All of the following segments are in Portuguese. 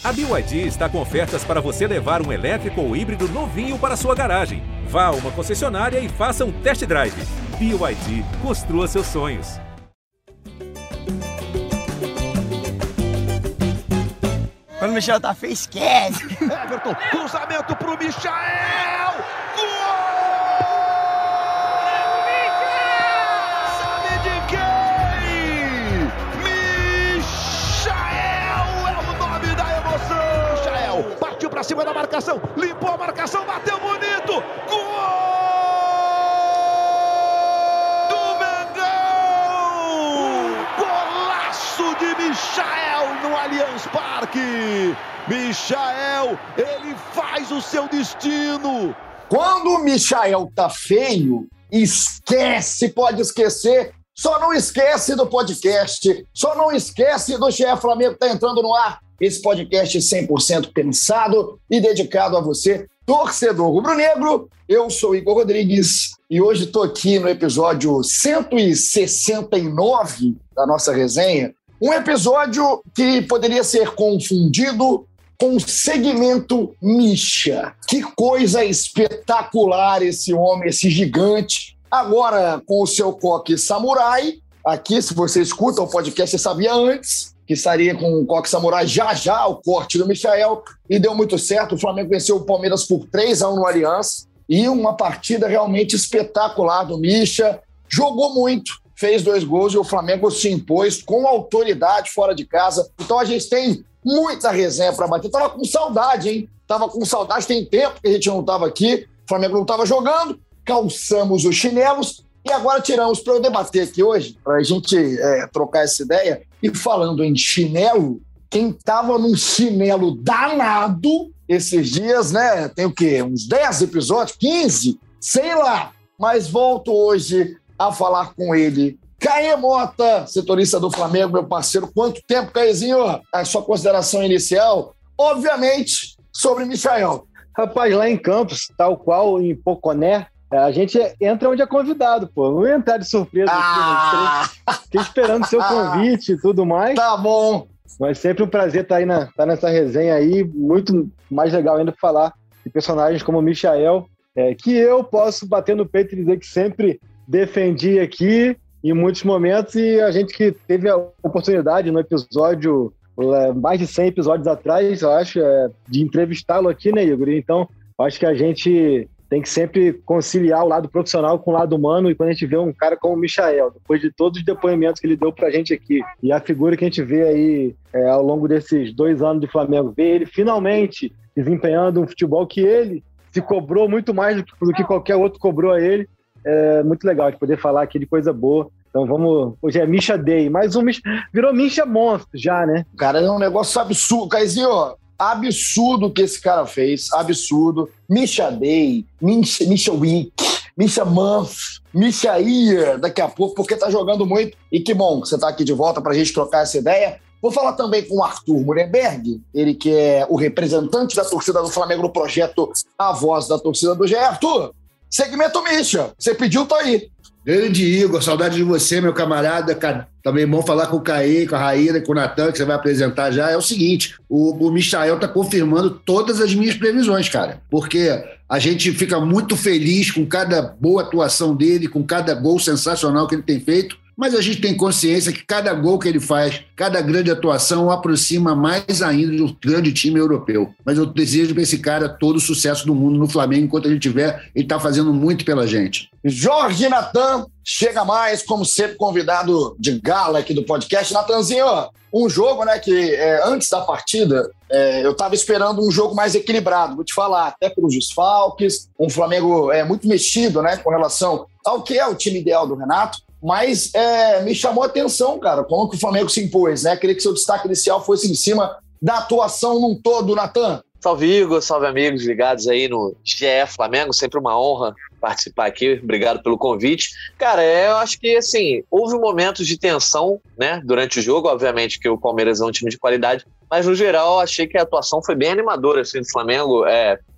A BYD está com ofertas para você levar um elétrico ou híbrido novinho para sua garagem. Vá a uma concessionária e faça um test drive. BYD, construa seus sonhos. Quando o Michel tá feio, esquece. Everton, cruzamento pro Michael. Gol! Sabe de quem? Michael é o nome da emoção. Michael partiu pra cima da marcação, limpou a marcação, bateu bonito. Gol! Do Mengão! Golaço de Michael no Allianz Parque. Michael, ele faz o seu destino. Quando o Michael tá feio, esquece, pode esquecer. Só não esquece do podcast. Só não esquece do GE Flamengo que tá entrando no ar. Esse podcast 100% pensado e dedicado a você, torcedor rubro-negro. Eu sou Igor Rodrigues e hoje estou aqui no episódio 169 da nossa resenha. Um episódio que poderia ser confundido com o segmento Misha. Que coisa espetacular esse homem, esse gigante. Agora com o seu coque samurai. Aqui, se você escuta o podcast, você sabia antes que estaria com o coque samurai já o corte do Michael. E deu muito certo. O Flamengo venceu o Palmeiras por 3-1 no Allianz. E uma partida realmente espetacular do Misha. Jogou muito. Fez 2 gols e o Flamengo se impôs com autoridade fora de casa. Então a gente tem muita resenha para bater. Tava com saudade, hein? Tava com saudade, tem tempo que a gente não tava aqui. O Flamengo não tava jogando. Calçamos os chinelos e agora tiramos para eu debater aqui hoje, para a gente trocar essa ideia. E falando em chinelo, quem tava num chinelo danado esses dias, né? Tem o quê? Uns 10 episódios? 15? Sei lá. Mas volto hoje a falar com ele. Caê Mota, setorista do Flamengo, meu parceiro. Quanto tempo, Caezinho? A sua consideração inicial, obviamente, sobre Michael. Rapaz, lá em Campos, tal qual em Poconé, a gente entra onde é convidado, pô. Não ia entrar de surpresa aqui. Fiquei esperando o seu convite e tudo mais. Tá bom. Mas sempre um prazer estar aí nessa resenha aí. Muito mais legal ainda falar de personagens como o Michael, que eu posso bater no peito e dizer que sempre defendi aqui em muitos momentos, e a gente que teve a oportunidade no episódio, mais de 100 episódios atrás, eu acho, de entrevistá-lo aqui, né, Igor? Então, acho que a gente tem que sempre conciliar o lado profissional com o lado humano, e quando a gente vê um cara como o Michael, depois de todos os depoimentos que ele deu pra gente aqui, e a figura que a gente vê aí ao longo desses 2 anos de Flamengo, ver ele finalmente desempenhando um futebol que ele se cobrou muito mais do que qualquer outro cobrou a ele. É muito legal de poder falar aqui de coisa boa. Então vamos... Hoje é Misha Day, mais um Misha... Virou Misha Monstro já, né? Cara, é um negócio absurdo. Caizinho, absurdo o que esse cara fez. Absurdo. Misha Day, Misha Week, Misha Month, Misha Year, daqui a pouco, porque tá jogando muito. E que bom que você tá aqui de volta pra gente trocar essa ideia. Vou falar também com o Arthur Mullenberg, ele que é o representante da torcida do Flamengo no projeto A Voz da Torcida do GE. Arthur, segmento Misha, você pediu, tô aí. Grande Igor, saudade de você, meu camarada. Também bom falar com o Caê, com a Raíra e com o Natan, que você vai apresentar já. É o seguinte, o Michael tá confirmando todas as minhas previsões, cara. Porque a gente fica muito feliz com cada boa atuação dele, com cada gol sensacional que ele tem feito. Mas a gente tem consciência que cada gol que ele faz, cada grande atuação, o aproxima mais ainda de um grande time europeu. Mas eu desejo para esse cara todo o sucesso do mundo no Flamengo. Enquanto ele tiver, ele está fazendo muito pela gente. Jorge Natan, chega mais, como sempre, convidado de gala aqui do podcast. Natanzinho, um jogo, né, que antes da partida, eu estava esperando um jogo mais equilibrado, vou te falar, até pelos desfalques, um Flamengo muito mexido, né, com relação ao que é o time ideal do Renato. Mas me chamou a atenção, cara, como que o Flamengo se impôs, né? Queria que seu destaque inicial fosse em cima da atuação num todo, Natan. Salve, Igor, salve, amigos ligados aí no GE Flamengo, sempre uma honra participar aqui, obrigado pelo convite. Cara, eu acho que, assim, houve momentos de tensão, né, durante o jogo, obviamente que o Palmeiras é um time de qualidade, mas, no geral, achei que a atuação foi bem animadora, assim, do Flamengo,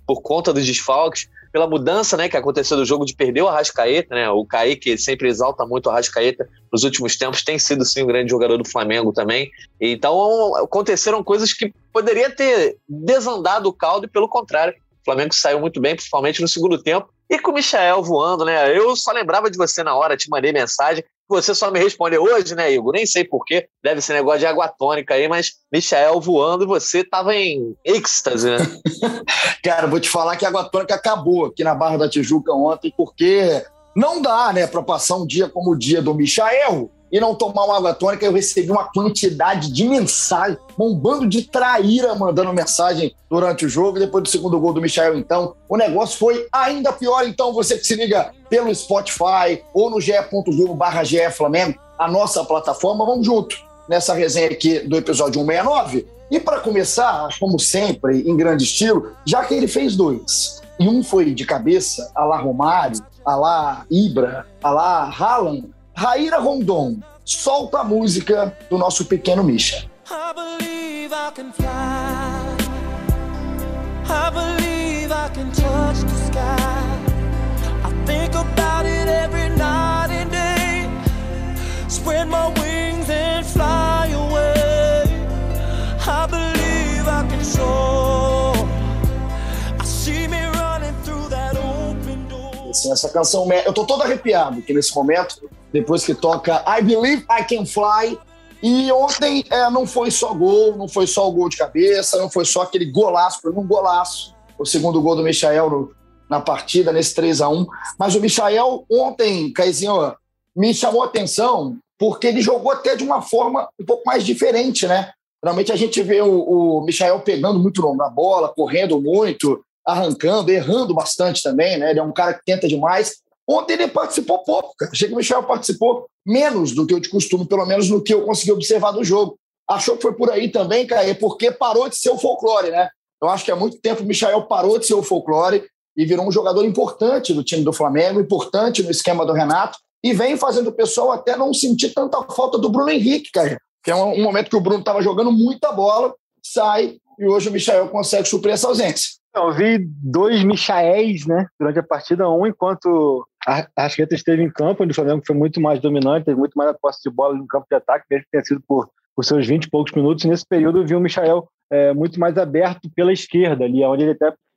por conta dos desfalques, pela mudança, né, que aconteceu do jogo de perder o Arrascaeta, né? O Kaique sempre exalta muito o Arrascaeta nos últimos tempos, tem sido sim um grande jogador do Flamengo também. Então aconteceram coisas que poderia ter desandado o caldo e pelo contrário, o Flamengo saiu muito bem, principalmente no segundo tempo. E com o Michael voando, né? Eu só lembrava de você na hora, te mandei mensagem. Você só me respondeu hoje, né, Igor? Nem sei porquê, deve ser negócio de água tônica aí, mas Michael voando e você tava em êxtase, né? Cara, vou te falar que a água tônica acabou aqui na Barra da Tijuca ontem, porque não dá, né, para passar um dia como o dia do Michael e não tomar uma água tônica. Eu recebi uma quantidade de mensagem, um bando de traíra mandando mensagem durante o jogo. Depois do segundo gol do Michael, então, o negócio foi ainda pior. Então, você que se liga pelo Spotify ou no ge.globo/GE Flamengo, a nossa plataforma, vamos junto nessa resenha aqui do episódio 169. E para começar, como sempre, em grande estilo, já que ele fez 2, e um foi de cabeça, a lá Romário, a lá Ibra, a lá Haaland, Raíra Rondon, solta a música do nosso pequeno Misha. I believe I can fly. I believe I can touch the sky. I think about it every night and day. Spread my wings and fly away. I believe I can soar. I see me running through that open door. Assim, essa canção, eu tô todo arrepiado aqui nesse momento, depois que toca I Believe I Can Fly. E ontem não foi só gol, não foi só o gol de cabeça, não foi só aquele golaço, foi um golaço, o segundo gol do Michael na partida, nesse 3-1. Mas o Michael ontem, Caizinho, me chamou a atenção porque ele jogou até de uma forma um pouco mais diferente, né? Geralmente a gente vê o Michael pegando muito na bola, correndo muito, arrancando, errando bastante também, né? Ele é um cara que tenta demais. Ontem ele participou pouco, cara. Achei que o Michael participou menos do que eu de costume, pelo menos no que eu consegui observar do jogo. Achou que foi por aí também, Caê, porque parou de ser o folclore, né? Eu acho que há muito tempo o Michael parou de ser o folclore e virou um jogador importante do time do Flamengo, importante no esquema do Renato, e vem fazendo o pessoal até não sentir tanta falta do Bruno Henrique, Caê. Que é um momento que o Bruno estava jogando muita bola, sai, e hoje o Michael consegue suprir essa ausência. Eu vi 2 Michaéis, né, durante a partida, enquanto a Arrascaeta esteve em campo, onde o Flamengo foi muito mais dominante, teve muito mais a posse de bola no campo de ataque, mesmo que tenha sido por seus 20 e poucos minutos. E nesse período eu vi o Michael muito mais aberto pela esquerda, ali onde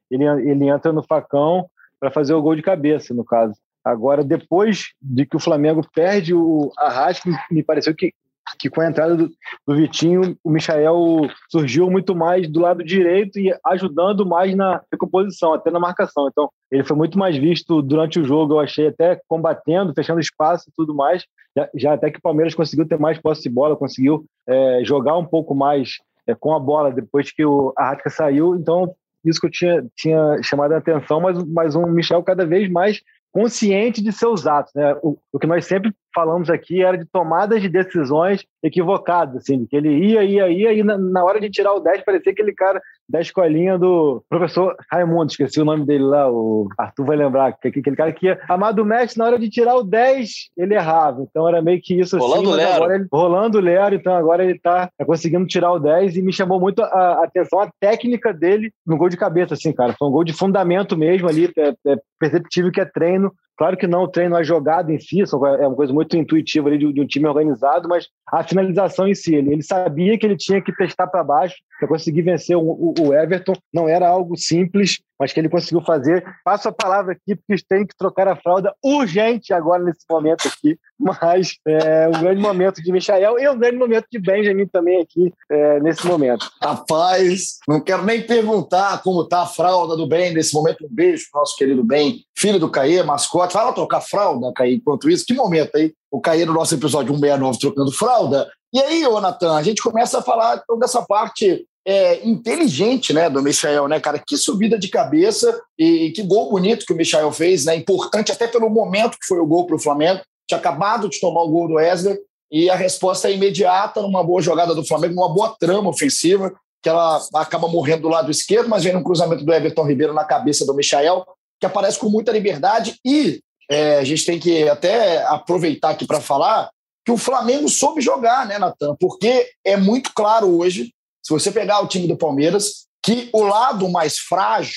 ele entra no facão para fazer o gol de cabeça, no caso. Agora, depois de que o Flamengo perde o Arrasca, me pareceu que com a entrada do Vitinho, o Michael surgiu muito mais do lado direito e ajudando mais na recomposição, até na marcação. Então, ele foi muito mais visto durante o jogo, eu achei, até combatendo, fechando espaço e tudo mais. Já até que o Palmeiras conseguiu ter mais posse de bola, conseguiu jogar um pouco mais com a bola depois que o Arrasca saiu. Então, isso que eu tinha chamado a atenção, mas um Michael cada vez mais consciente de seus atos, né? O que nós sempre falamos aqui era de tomadas de decisões equivocadas, assim, de que ele ia, e na hora de tirar o 10, parecia aquele cara da escolinha do professor Raimundo, esqueci o nome dele lá, o Arthur vai lembrar, aquele cara que ia amar do mestre, na hora de tirar o 10, ele errava, então era meio que isso assim, rolando o Lero, então agora ele tá conseguindo tirar o 10 e me chamou muito a atenção a técnica dele no gol de cabeça, assim, cara, foi um gol de fundamento mesmo ali, é perceptível que é treino. Claro que não o treino, a jogada em si, é uma coisa muito intuitiva ali de um time organizado, mas a finalização em si, ele sabia que ele tinha que testar para baixo para conseguir vencer o Everton, não era algo simples, mas que ele conseguiu fazer. Passo a palavra aqui, porque tem que trocar a fralda urgente agora nesse momento aqui, mas um grande momento de Michael e um grande momento de Benjamin também aqui nesse momento. Rapaz, não quero nem perguntar como está a fralda do Ben nesse momento. Um beijo pro nosso querido Ben, filho do Caê, mascote. Vai lá trocar fralda, Caê, enquanto isso. Que momento aí, o Caê no nosso episódio 169 trocando fralda. E aí, ô Natan, a gente começa a falar então, dessa parte inteligente, né, do Michael, né, cara? Que subida de cabeça e que gol bonito que o Michael fez, né? Importante até pelo momento que foi o gol para o Flamengo. Tinha acabado de tomar o gol do Wesley e a resposta é imediata numa boa jogada do Flamengo, numa boa trama ofensiva, que ela acaba morrendo do lado esquerdo, mas vem no cruzamento do Everton Ribeiro na cabeça do Michael, que aparece com muita liberdade. E a gente tem que até aproveitar aqui para falar que o Flamengo soube jogar, né, Natan? Porque é muito claro hoje, se você pegar o time do Palmeiras, que o lado mais frágil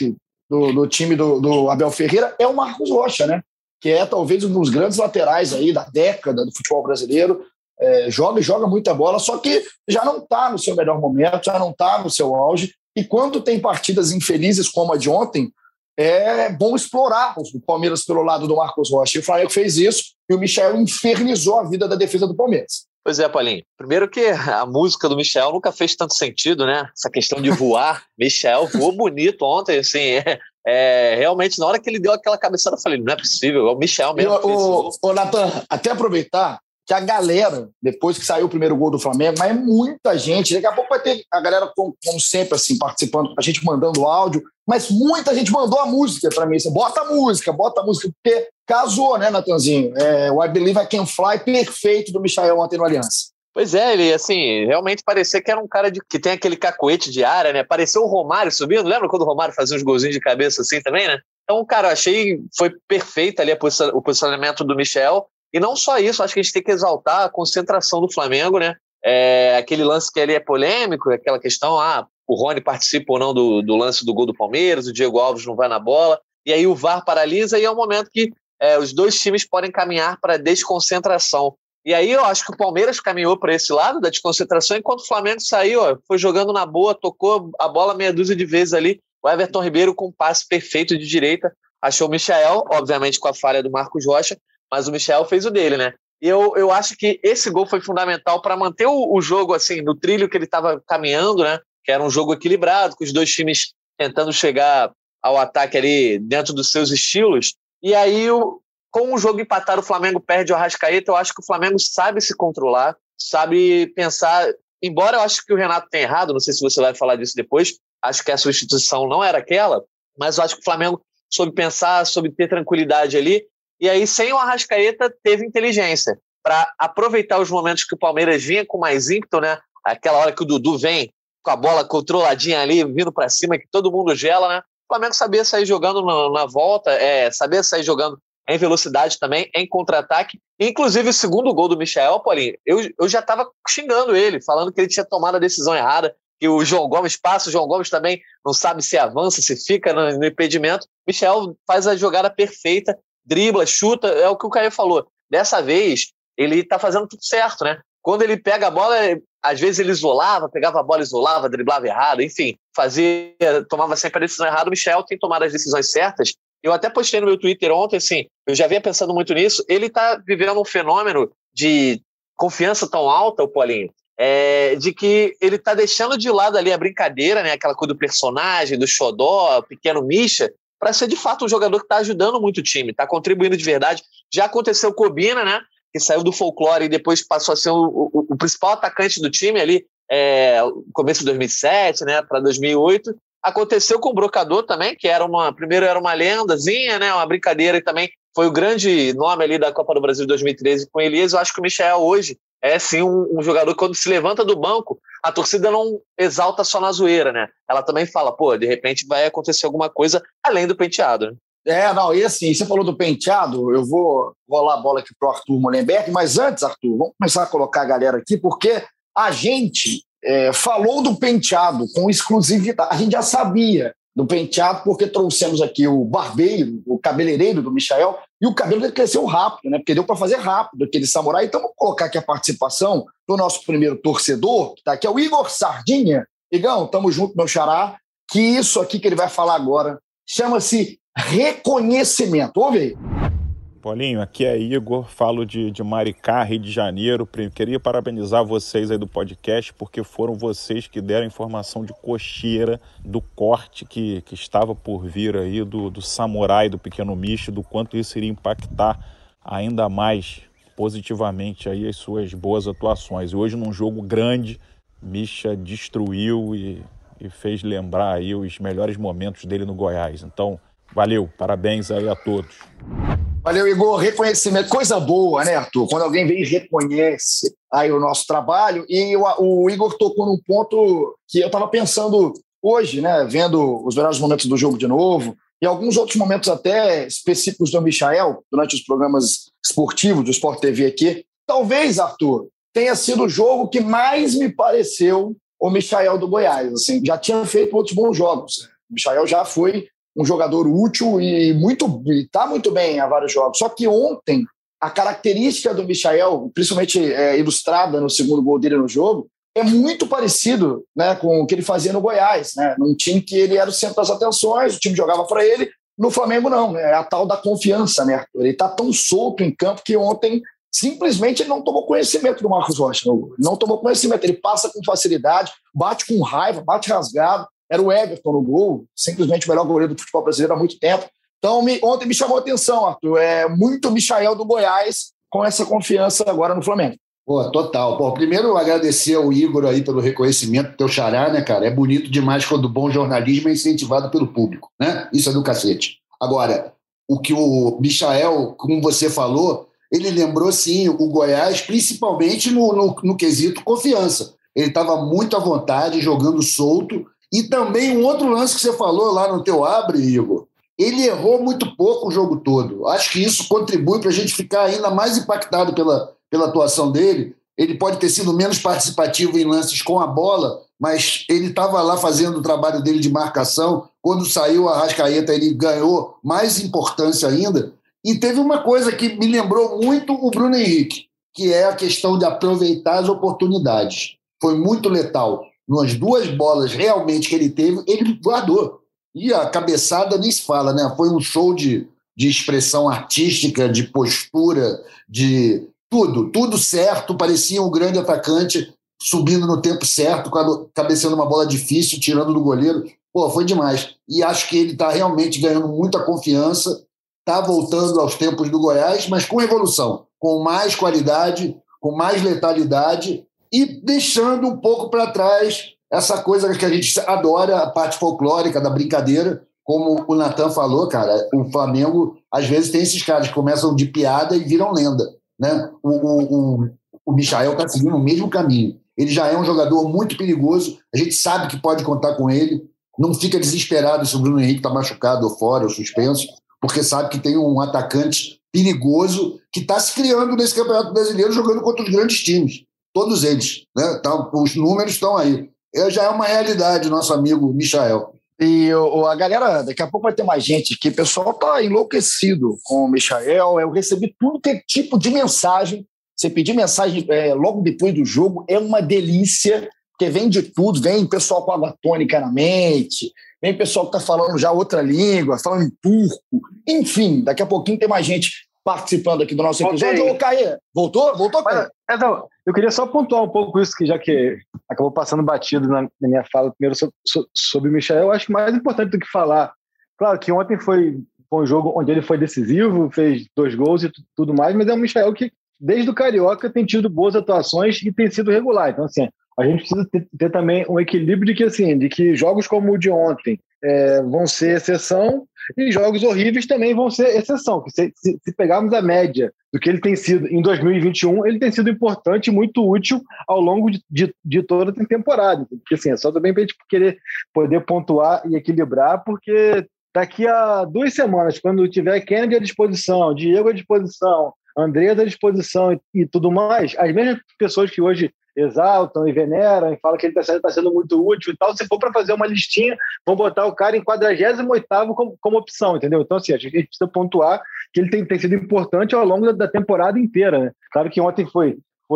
do time do Abel Ferreira é o Marcos Rocha, né? Que é talvez um dos grandes laterais aí da década do futebol brasileiro. Joga muita bola, só que já não está no seu melhor momento, já não está no seu auge. E quando tem partidas infelizes como a de ontem, é bom explorar o Palmeiras pelo lado do Marcos Rocha. E o Flamengo fez isso e o Michael infernizou a vida da defesa do Palmeiras. Pois é, Paulinho. Primeiro que a música do Michael nunca fez tanto sentido, né? Essa questão de voar. Michael voou bonito ontem, assim. Realmente, na hora que ele deu aquela cabeçada, eu falei, não é possível, é o Michael mesmo. Ô, Natan, até aproveitar que a galera, depois que saiu o primeiro gol do Flamengo, mas é muita gente, daqui a pouco vai ter a galera, como sempre, assim, participando, a gente mandando áudio, mas muita gente mandou a música para mim, assim, bota a música, porque casou, né, Natanzinho? O I Believe I Can Fly, perfeito do Michael ontem no Aliança. Pois é, ele, assim, realmente parecia que era um cara que tem aquele cacoete de área, né? Pareceu o Romário subindo, lembra quando o Romário fazia uns golzinhos de cabeça assim também, né? Então, cara, eu achei foi perfeito ali o posicionamento do Michael. E não só isso, acho que a gente tem que exaltar a concentração do Flamengo, né? Aquele lance que ali é polêmico, aquela questão, o Rony participa ou não do lance do gol do Palmeiras, o Diego Alves não vai na bola, e aí o VAR paralisa e é um momento que os dois times podem caminhar para a desconcentração. E aí eu acho que o Palmeiras caminhou para esse lado da desconcentração, enquanto o Flamengo saiu, foi jogando na boa, tocou a bola meia dúzia de vezes ali, o Everton Ribeiro com um passe perfeito de direita, achou o Michael, obviamente com a falha do Marcos Rocha, mas o Michael fez o dele, né? E eu acho que esse gol foi fundamental para manter o jogo assim, no trilho que ele estava caminhando, né? Que era um jogo equilibrado, com os dois times tentando chegar ao ataque ali dentro dos seus estilos. E aí, com o jogo empatado, o Flamengo perde o Arrascaeta. Eu acho que o Flamengo sabe se controlar, sabe pensar. Embora eu acho que o Renato tenha errado, não sei se você vai falar disso depois, acho que a substituição não era aquela, mas eu acho que o Flamengo soube pensar, soube ter tranquilidade ali. E aí, sem o Arrascaeta, teve inteligência para aproveitar os momentos que o Palmeiras vinha com mais ímpeto, né? Aquela hora que o Dudu vem com a bola controladinha ali, vindo para cima, que todo mundo gela, né? O Flamengo sabia sair jogando na volta, sabia sair jogando em velocidade também, em contra-ataque. Inclusive, o segundo gol do Michael, Paulinho, eu já estava xingando ele, falando que ele tinha tomado a decisão errada, que o João Gomes passa, o João Gomes também não sabe se avança, se fica no impedimento. O Michael faz a jogada perfeita, dribla, chuta, é o que o Caio falou. Dessa vez, ele tá fazendo tudo certo, né? Quando ele pega a bola, às vezes ele isolava, pegava a bola, isolava, driblava errado, enfim, tomava sempre a decisão errada. O Michael tem tomado as decisões certas. Eu até postei no meu Twitter ontem, assim, eu já vinha pensando muito nisso, ele tá vivendo um fenômeno de confiança tão alta, o Paulinho, de que ele tá deixando de lado ali a brincadeira, né? Aquela coisa do personagem, do xodó, pequeno Mischa, para ser de fato um jogador que está ajudando muito o time, está contribuindo de verdade. Já aconteceu com o Cobina, né, que saiu do folclore e depois passou a ser o principal atacante do time ali, no começo de 2007, né, para 2008. Aconteceu com o Brocador também, que primeiro era uma lendazinha, né, uma brincadeira, e também foi o grande nome ali da Copa do Brasil de 2013 com o Elias. Eu acho que o Michael hoje é sim um jogador que quando se levanta do banco, a torcida não exalta só na zoeira, né? Ela também fala, de repente vai acontecer alguma coisa além do penteado, né? E assim, você falou do penteado, eu vou rolar a bola aqui pro Arthur Molenberg, mas antes, Arthur, vamos começar a colocar a galera aqui, porque a gente falou do penteado com exclusividade, a gente já sabia do penteado, porque trouxemos aqui o barbeiro, o cabeleireiro do Michael, e o cabelo dele cresceu rápido, né? Porque deu para fazer rápido aquele samurai. Então, vamos colocar aqui a participação do nosso primeiro torcedor, que está aqui, é o Igor Sardinha. Igão, tamo junto, meu xará, que isso aqui que ele vai falar agora chama-se reconhecimento. Ouve aí. Paulinho, aqui é Igor, falo de Maricá, Rio de Janeiro. Queria parabenizar vocês aí do podcast, porque foram vocês que deram a informação de cocheira do corte que estava por vir aí do samurai, do pequeno Mischa, do quanto isso iria impactar ainda mais positivamente aí as suas boas atuações. E hoje, num jogo grande, Mischa destruiu e fez lembrar aí os melhores momentos dele no Goiás. Então, valeu, parabéns aí a todos. Valeu, Igor. Reconhecimento, coisa boa, né, Arthur? Quando alguém vem e reconhece aí o nosso trabalho. E o Igor tocou num ponto que eu estava pensando hoje, né, vendo os melhores momentos do jogo de novo, e alguns outros momentos até específicos do Michael, durante os programas esportivos do Sport TV aqui. Talvez, Arthur, tenha sido o jogo que mais me pareceu o Michael do Goiás. Assim, já tinha feito outros bons jogos. O Michael já foi um jogador útil e está muito bem há vários jogos. Só que ontem, a característica do Michael, principalmente ilustrada no segundo gol dele no jogo, é muito parecido, né, com o que ele fazia no Goiás, né, num time que ele era o centro das atenções, o time jogava para ele. No Flamengo não, né, é a tal da confiança, né? Ele está tão solto em campo que ontem simplesmente ele não tomou conhecimento do Marcos Rocha. Não tomou conhecimento, ele passa com facilidade, bate com raiva, bate rasgado. Era o Everton no gol, simplesmente o melhor goleiro do futebol brasileiro há muito tempo. Então, ontem me chamou a atenção, Arthur. É muito Michael do Goiás com essa confiança agora no Flamengo. Pô, total. Pô, primeiro, agradecer ao Igor aí pelo reconhecimento do teu xará, né, cara? É bonito demais quando o bom jornalismo é incentivado pelo público, né? Isso é do cacete. Agora, o que o Michael, como você falou, ele lembrou, sim, o Goiás, principalmente no quesito confiança. Ele estava muito à vontade, jogando solto. E também um outro lance que você falou lá no teu abre, Igor, ele errou muito pouco o jogo todo. Acho que isso contribui para a gente ficar ainda mais impactado pela atuação dele. Ele pode ter sido menos participativo em lances com a bola, mas ele estava lá fazendo o trabalho dele de marcação. Quando saiu a Arrascaeta, ele ganhou mais importância ainda. E teve uma coisa que me lembrou muito o Bruno Henrique, que é a questão de aproveitar as oportunidades. Foi muito letal. Nas 2 bolas realmente que ele teve, ele guardou. E a cabeçada nem se fala, né? Foi um show de expressão artística, de postura, de tudo certo. Parecia um grande atacante subindo no tempo certo, cabeceando uma bola difícil, tirando do goleiro. Pô, foi demais. E acho que ele está realmente ganhando muita confiança, está voltando aos tempos do Goiás, mas com evolução, com mais qualidade, com mais letalidade e deixando um pouco para trás essa coisa que a gente adora, a parte folclórica da brincadeira. Como o Natan falou, cara, o Flamengo às vezes tem esses caras que começam de piada e viram lenda, né? O Michael está seguindo o mesmo caminho. Ele já é um jogador muito perigoso, a gente sabe que pode contar com ele, não fica desesperado se o Bruno Henrique está machucado ou fora, ou suspenso, porque sabe que tem um atacante perigoso que está se criando nesse Campeonato Brasileiro jogando contra os grandes times, todos eles, né? Então, os números estão aí. Já é uma realidade, nosso amigo Michael. E a galera, daqui a pouco vai ter mais gente aqui, o pessoal está enlouquecido com o Michael. Eu recebi tudo que é tipo de mensagem. Você pedir mensagem logo depois do jogo é uma delícia, porque vem de tudo, vem pessoal com água tônica na mente, vem pessoal que está falando já outra língua, falando em turco, enfim, daqui a pouquinho tem mais gente participando aqui do nosso episódio. Ô, Caê, voltou, Caê? Não, eu queria só pontuar um pouco isso, que já que acabou passando batido na minha fala primeiro sobre o Michael, eu acho que mais importante do que falar, claro que ontem foi um jogo onde ele foi decisivo, fez 2 gols e tudo mais, mas é um Michael que desde o Carioca tem tido boas atuações e tem sido regular. Então, assim, a gente precisa ter também um equilíbrio de que jogos como o de ontem vão ser exceção e jogos horríveis também vão ser exceção. Se pegarmos a média do que ele tem sido em 2021, ele tem sido importante e muito útil ao longo de toda a temporada. Porque, assim, é só também para a gente querer poder pontuar e equilibrar, porque daqui a 2 semanas, quando tiver Kennedy à disposição, Diego à disposição, Andrés à disposição e tudo mais, as mesmas pessoas que hoje exaltam e veneram e falam que ele está sendo muito útil e tal, se for para fazer uma listinha, vão botar o cara em 48º como opção, entendeu? Então, assim, a gente precisa pontuar que ele tem sido importante ao longo da temporada inteira, né? Claro que ontem foi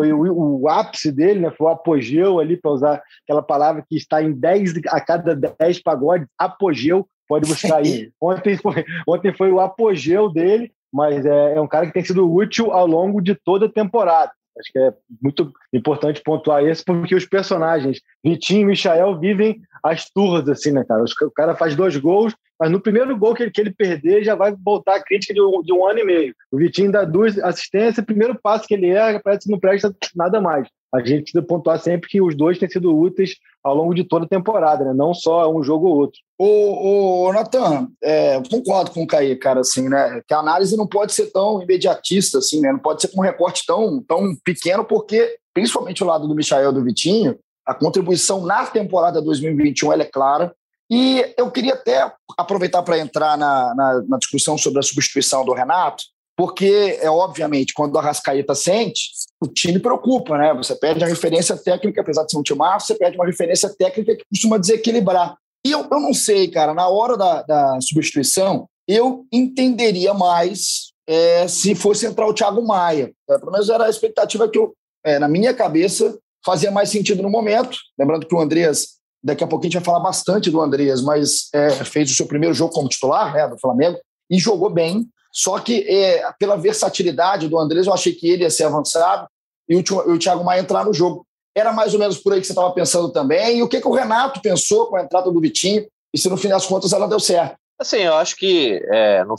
o ápice dele, né? Foi o apogeu ali, para usar aquela palavra que está em 10 a cada 10 pagodes, apogeu, pode buscar aí. Ontem foi o apogeu dele, mas é um cara que tem sido útil ao longo de toda a temporada. Acho que é muito importante pontuar isso, porque os personagens, Vitinho e Michael, vivem as turras, assim, né, cara? O cara faz 2 gols, mas no primeiro gol que ele perder, já vai voltar a crítica de um ano e meio. O Vitinho dá 2 assistências, o primeiro passo que ele erra, parece que não presta nada mais. A gente precisa pontuar sempre que os 2 têm sido úteis ao longo de toda a temporada, né? Não só um jogo ou outro. Ô Natan, concordo com o Caê, cara, assim, né? Que a análise não pode ser tão imediatista, assim, né? Não pode ser com um recorte tão pequeno, porque, principalmente o lado do Michael e do Vitinho, a contribuição na temporada 2021 ela é clara. E eu queria até aproveitar para entrar na discussão sobre a substituição do Renato, porque, obviamente, quando o Arrascaeta sente, o time preocupa, né? Você perde a referência técnica, apesar de ser um timaço, você perde uma referência técnica que costuma desequilibrar. E eu não sei, cara, na hora da substituição, eu entenderia mais se fosse entrar o Thiago Maia. Pelo menos era a expectativa que na minha cabeça, fazia mais sentido no momento. Lembrando que o Andreas, daqui a pouquinho a gente vai falar bastante do Andreas, mas fez o seu primeiro jogo como titular, né, do Flamengo, e jogou bem. Só que pela versatilidade do Andreas, eu achei que ele ia ser avançado e o Thiago Maia entrar no jogo. Era mais ou menos por aí que você estava pensando também. E o que o Renato pensou com a entrada do Vitinho? E se no fim das contas ela deu certo? Assim, eu acho que no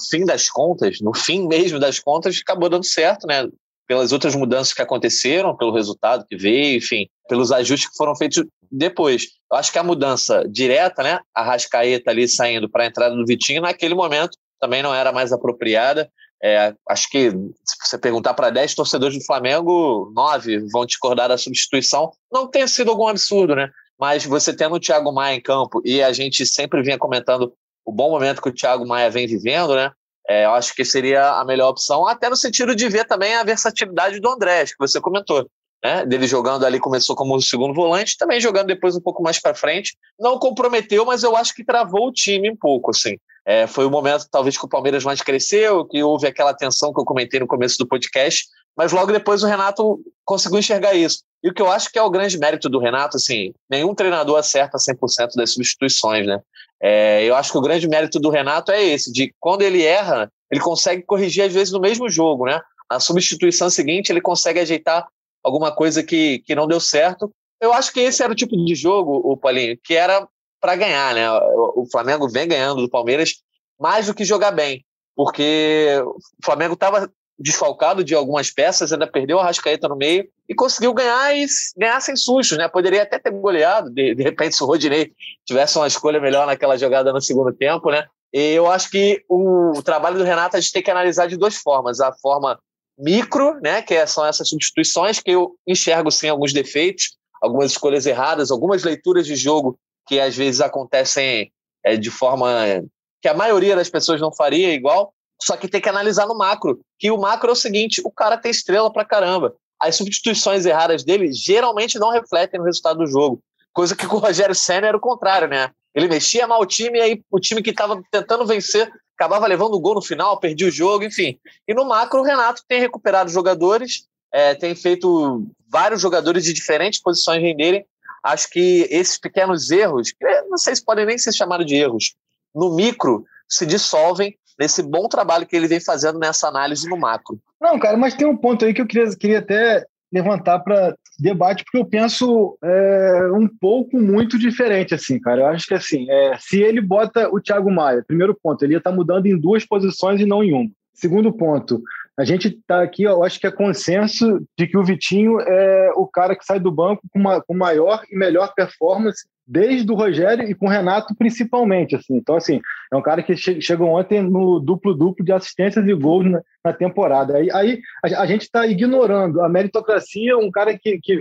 fim mesmo das contas, acabou dando certo, né? Pelas outras mudanças que aconteceram, pelo resultado que veio, enfim, pelos ajustes que foram feitos depois. Eu acho que a mudança direta, né? A Arrascaeta ali saindo para a entrada do Vitinho, naquele momento também não era mais apropriada. Acho que se você perguntar para 10 torcedores do Flamengo, 9 vão discordar da substituição. Não tenha sido algum absurdo, né? Mas você tendo o Thiago Maia em campo, e a gente sempre vinha comentando o bom momento que o Thiago Maia vem vivendo, né? Eu acho que seria a melhor opção, até no sentido de ver também a versatilidade do Andrés, que você comentou, né? Dele jogando ali, começou como segundo volante, também jogando depois um pouco mais para frente. Não comprometeu, mas eu acho que travou o time um pouco, assim. Foi o momento, talvez, que o Palmeiras mais cresceu, que houve aquela tensão que eu comentei no começo do podcast, mas logo depois o Renato conseguiu enxergar isso. E o que eu acho que é o grande mérito do Renato, assim, nenhum treinador acerta 100% das substituições, né? Eu acho que o grande mérito do Renato é esse, de quando ele erra, ele consegue corrigir às vezes no mesmo jogo, né? Na substituição seguinte, ele consegue ajeitar alguma coisa que não deu certo. Eu acho que esse era o tipo de jogo, o Paulinho, que era para ganhar, né? O Flamengo vem ganhando do Palmeiras mais do que jogar bem, porque o Flamengo estava desfalcado de algumas peças, ainda perdeu a Arrascaeta no meio e conseguiu ganhar e ganhar sem sustos, né? Poderia até ter goleado, de repente, se o Rodinei tivesse uma escolha melhor naquela jogada no segundo tempo, né? E eu acho que o trabalho do Renato a gente tem que analisar de duas formas. A forma micro, né? Que são essas substituições, que eu enxergo sim alguns defeitos, algumas escolhas erradas, algumas leituras de jogo que às vezes acontecem de forma que a maioria das pessoas não faria igual. Só que tem que analisar no macro, que o macro é o seguinte, o cara tem estrela pra caramba. As substituições erradas dele geralmente não refletem no resultado do jogo. Coisa que com o Rogério Ceni era o contrário, né? Ele mexia mal o time e aí o time que estava tentando vencer acabava levando o gol no final, perdia o jogo, enfim. E no macro o Renato tem recuperado jogadores, tem feito vários jogadores de diferentes posições renderem. Acho que esses pequenos erros, que não sei se podem nem ser chamados de erros, no micro se dissolvem nesse bom trabalho que ele vem fazendo nessa análise no macro. Não, cara, mas tem um ponto aí que eu queria até levantar para debate, porque eu penso um pouco muito diferente, assim, cara. Eu acho que, assim, se ele bota o Thiago Maia, primeiro ponto, ele ia estar mudando em duas posições e não em uma. Segundo ponto, a gente está aqui, eu acho que é consenso de que o Vitinho é o cara que sai do banco com maior e melhor performance desde o Rogério e com o Renato principalmente, assim. Então, assim, é um cara que chegou ontem no duplo-duplo de assistências e gols na temporada. Aí a gente está ignorando a meritocracia, um cara que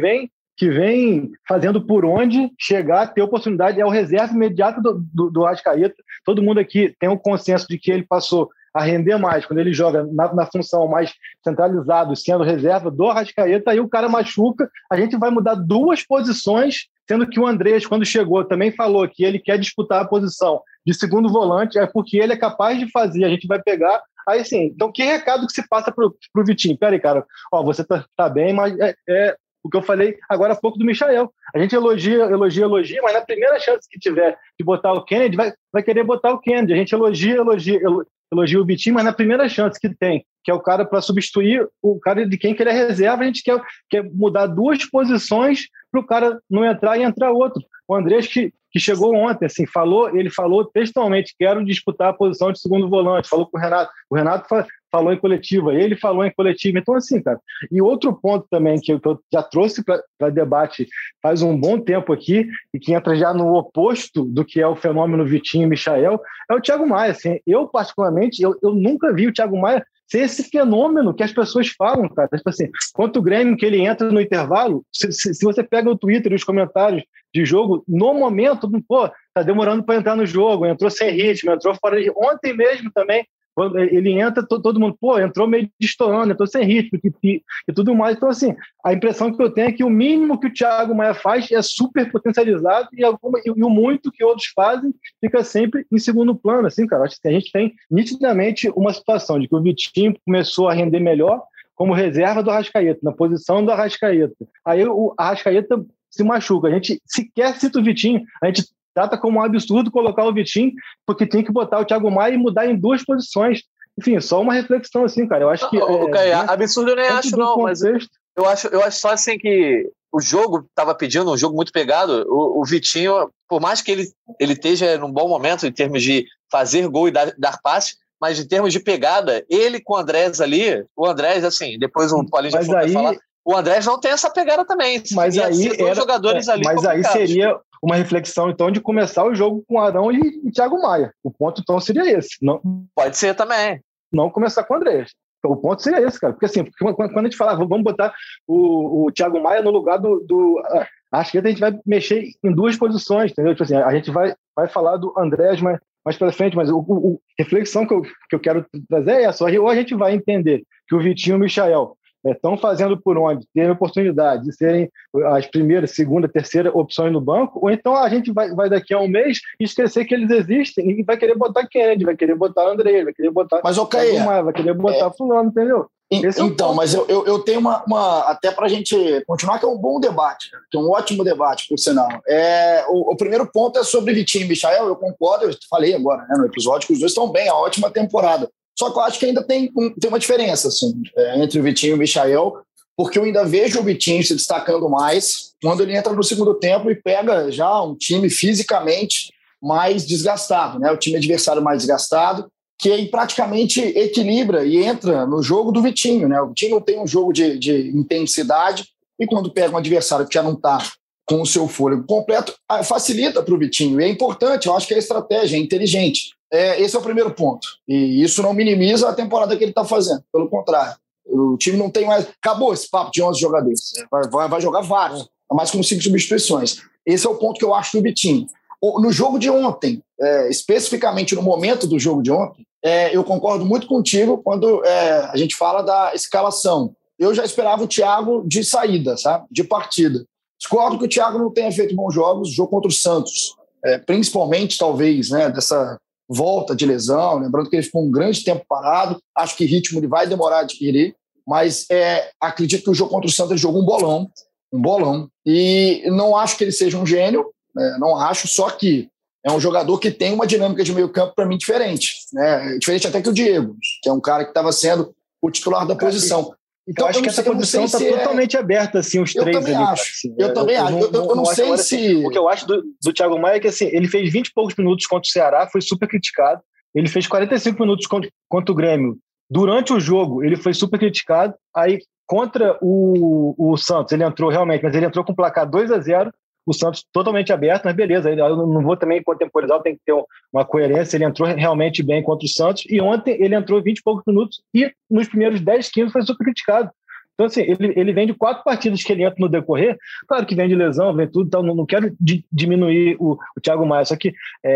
vem fazendo por onde chegar, ter oportunidade, é o reserva imediato do Arrascaeta. Todo mundo aqui tem o consenso de que ele passou a render mais quando ele joga na função mais centralizado, sendo reserva do Arrascaeta, aí o cara machuca, a gente vai mudar duas posições, sendo que o Andrés, quando chegou, também falou que ele quer disputar a posição de segundo volante, é porque ele é capaz de fazer, a gente vai pegar. Aí, assim, então que recado que se passa pro Vitinho? Peraí, cara, você tá bem, mas o que eu falei agora há pouco do Michael. A gente elogia, mas na primeira chance que tiver de botar o Kennedy, vai querer botar o Kennedy. A gente elogia o Vitinho, mas na primeira chance que tem, que é o cara para substituir o cara de quem que ele é reserva, a gente quer mudar duas posições para o cara não entrar e entrar outro. O Andrés, que chegou ontem, assim, ele falou textualmente, quero disputar a posição de segundo volante, falou com o Renato falou em coletiva, ele falou em coletiva. Então, assim, cara, e outro ponto também que eu já trouxe para debate faz um bom tempo aqui, e que entra já no oposto do que é o fenômeno Vitinho e Michael, é o Thiago Maia. Assim, eu, particularmente, eu nunca vi o Thiago Maia ser esse fenômeno que as pessoas falam, cara. Tipo assim, quanto o Grêmio que ele entra no intervalo, se você pega o Twitter e os comentários de jogo, no momento, tá demorando para entrar no jogo, entrou sem ritmo, entrou fora de... Ontem mesmo também, Quando ele entra, todo mundo, entrou meio destoando, entrou sem ritmo e tudo mais. Então, assim, a impressão que eu tenho é que o mínimo que o Thiago Maia faz é super potencializado e o muito que outros fazem fica sempre em segundo plano, assim, cara. Acho que a gente tem nitidamente uma situação de que o Vitinho começou a render melhor como reserva do Arrascaeta, na posição do Arrascaeta. Aí o Arrascaeta se machuca. A gente sequer cita o Vitinho, a gente trata como um absurdo colocar o Vitinho, porque tem que botar o Thiago Maia e mudar em 2 posições. Enfim, só uma reflexão, assim, cara. Eu acho que... absurdo eu nem acho, não, mas eu acho só assim que o jogo estava pedindo um jogo muito pegado. O Vitinho, por mais que ele esteja num bom momento em termos de fazer gol e dar passe, mas em termos de pegada, ele com o Andrés ali, o Andrés, assim, depois o Paulinho já foi falar, o Andrés não tem essa pegada também. Mas aí jogadores ali mas aí seria uma reflexão, então, de começar o jogo com Arão e Thiago Maia. O ponto, então, seria esse. Não, pode ser também. Não começar com o Andrés. Então, o ponto seria esse, cara. Porque, assim, quando a gente fala, vamos botar o Thiago Maia no lugar do acho que a gente vai mexer em 2 posições, entendeu? Tipo assim, a gente vai falar do Andrés mais pela frente, mas a reflexão que eu quero trazer é essa. Ou a gente vai entender que o Vitinho e o Michael estão fazendo por onde, terem oportunidade de serem as primeiras, segunda, terceira opções no banco, ou então a gente vai daqui a um mês esquecer que eles existem e vai querer botar Kennedy, vai querer botar André, vai querer botar... Mas, ok, vai querer botar fulano, entendeu? Então, mas eu tenho uma até para a gente continuar, que é um bom debate, que é um ótimo debate, por sinal. O primeiro ponto é sobre Vitinho e Michael, eu concordo, eu falei agora, né, no episódio, que os dois estão bem, a ótima temporada. Só que eu acho que ainda tem uma diferença assim, entre o Vitinho e o Michael, porque eu ainda vejo o Vitinho se destacando mais quando ele entra no segundo tempo e pega já um time fisicamente mais desgastado, né? O time adversário mais desgastado, que aí praticamente equilibra e entra no jogo do Vitinho, né? O Vitinho não tem um jogo de intensidade e quando pega um adversário que já não está com o seu fôlego completo, facilita para o Vitinho. E é importante, eu acho que a estratégia é inteligente. Esse é o primeiro ponto. E isso não minimiza a temporada que ele está fazendo. Pelo contrário. O time não tem mais... Acabou esse papo de 11 jogadores. Vai jogar vários, mais com 5 substituições. Esse é o ponto que eu acho do Vitinho. No jogo de ontem, especificamente no momento do jogo de ontem, eu concordo muito contigo quando a gente fala da escalação. Eu já esperava o Thiago de saída, sabe? De partida. Discordo que o Thiago não tenha feito bons jogos no jogo contra o Santos. Principalmente, talvez, né, dessa volta de lesão, lembrando que ele ficou um grande tempo parado, acho que ritmo ele vai demorar a adquirir, mas acredito que o jogo contra o Santos ele jogou um bolão, e não acho que ele seja um gênio, não acho, só que é um jogador que tem uma dinâmica de meio campo para mim diferente, né? Diferente até que o Diego, que é um cara que estava sendo o titular da posição. Então, acho que essa posição está totalmente aberta, assim, os três ali. Eu também acho. Eu não sei se... O que eu acho do Thiago Maia é que, assim, ele fez 20 e poucos minutos contra o Ceará, foi super criticado. Ele fez 45 minutos contra o Grêmio. Durante o jogo, ele foi super criticado. Aí, contra o Santos, ele entrou realmente, mas ele entrou com o placar 2-0. O Santos totalmente aberto, mas beleza, eu não vou também contemporizar, tem que ter uma coerência. Ele entrou realmente bem contra o Santos, e ontem ele entrou 20 e poucos minutos, e nos primeiros 10, 15 foi super criticado. Então, assim, ele vem de 4 partidas que ele entra no decorrer, claro que vem de lesão, vem tudo, então não quero diminuir o Thiago Maia, só que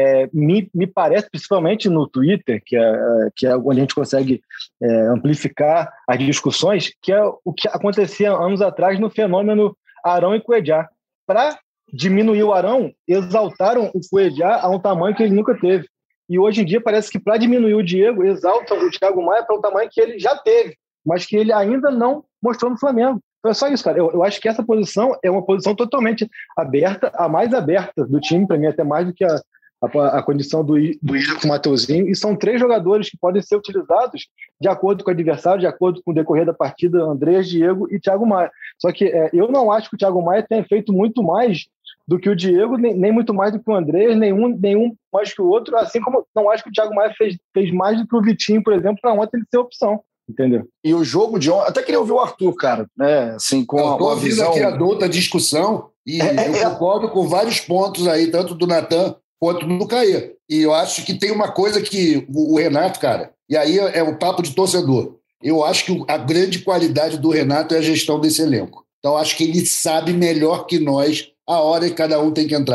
me parece, principalmente no Twitter, que é onde a gente consegue amplificar as discussões, que é o que acontecia anos atrás no fenômeno Arão e Cuejá. Para diminuir o Arão, exaltaram o Cuejá a um tamanho que ele nunca teve. E hoje em dia parece que para diminuir o Diego, exaltam o Thiago Maia para o tamanho que ele já teve, mas que ele ainda não mostrou no Flamengo. Então é só isso, cara. Eu acho que essa posição é uma posição totalmente aberta, a mais aberta do time, para mim até mais do que a condição do Isla com o Mateuzinho, e são 3 jogadores que podem ser utilizados de acordo com o adversário, de acordo com o decorrer da partida, Andrés, Diego e Thiago Maia. Só que eu não acho que o Thiago Maia tenha feito muito mais do que o Diego, nem muito mais do que o Andrés, nenhum mais que o outro, assim como não acho que o Thiago Maia fez mais do que o Vitinho, por exemplo, para ontem ele ser opção. Entendeu? E o jogo de ontem, até queria ouvir o Arthur, cara, né? Assim, com a visão aqui a outra discussão, e eu concordo com vários pontos aí, tanto do Natan quanto do Caê. E eu acho que tem uma coisa que o Renato, cara, e aí é o papo de torcedor. Eu acho que a grande qualidade do Renato é a gestão desse elenco. Então, acho que ele sabe melhor que nós a hora que cada um tem que entrar.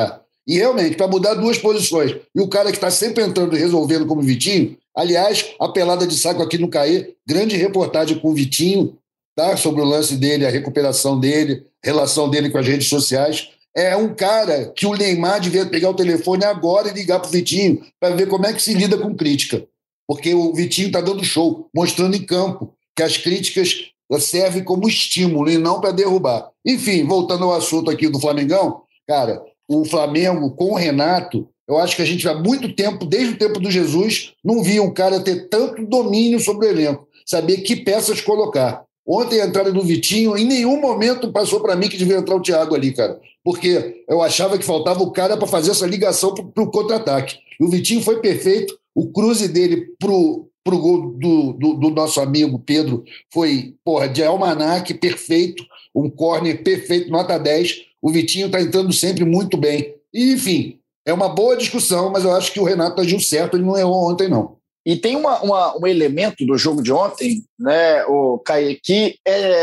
E realmente, para mudar 2 posições, e o cara que está sempre entrando e resolvendo como Vitinho, aliás, a pelada de saco aqui no CAE, grande reportagem com o Vitinho, tá? Sobre o lance dele, a recuperação dele, relação dele com as redes sociais. É um cara que o Neymar devia pegar o telefone agora e ligar para o Vitinho para ver como é que se lida com crítica. Porque o Vitinho está dando show, mostrando em campo que as críticas servem como estímulo e não para derrubar. Enfim, voltando ao assunto aqui do Flamengão, cara, o Flamengo com o Renato, eu acho que a gente há muito tempo, desde o tempo do Jesus, não via um cara ter tanto domínio sobre o elenco, saber que peças colocar. Ontem a entrada do Vitinho, em nenhum momento passou para mim que devia entrar o Thiago ali, cara, porque eu achava que faltava o cara para fazer essa ligação para o contra-ataque. E o Vitinho foi perfeito, o cruze dele pro gol do nosso amigo Pedro foi, de almanaque, perfeito, um córner perfeito, nota 10. O Vitinho está entrando sempre muito bem. E, enfim, é uma boa discussão, mas eu acho que o Renato agiu certo, ele não errou ontem, não. E tem um elemento do jogo de ontem, né, o Caê, que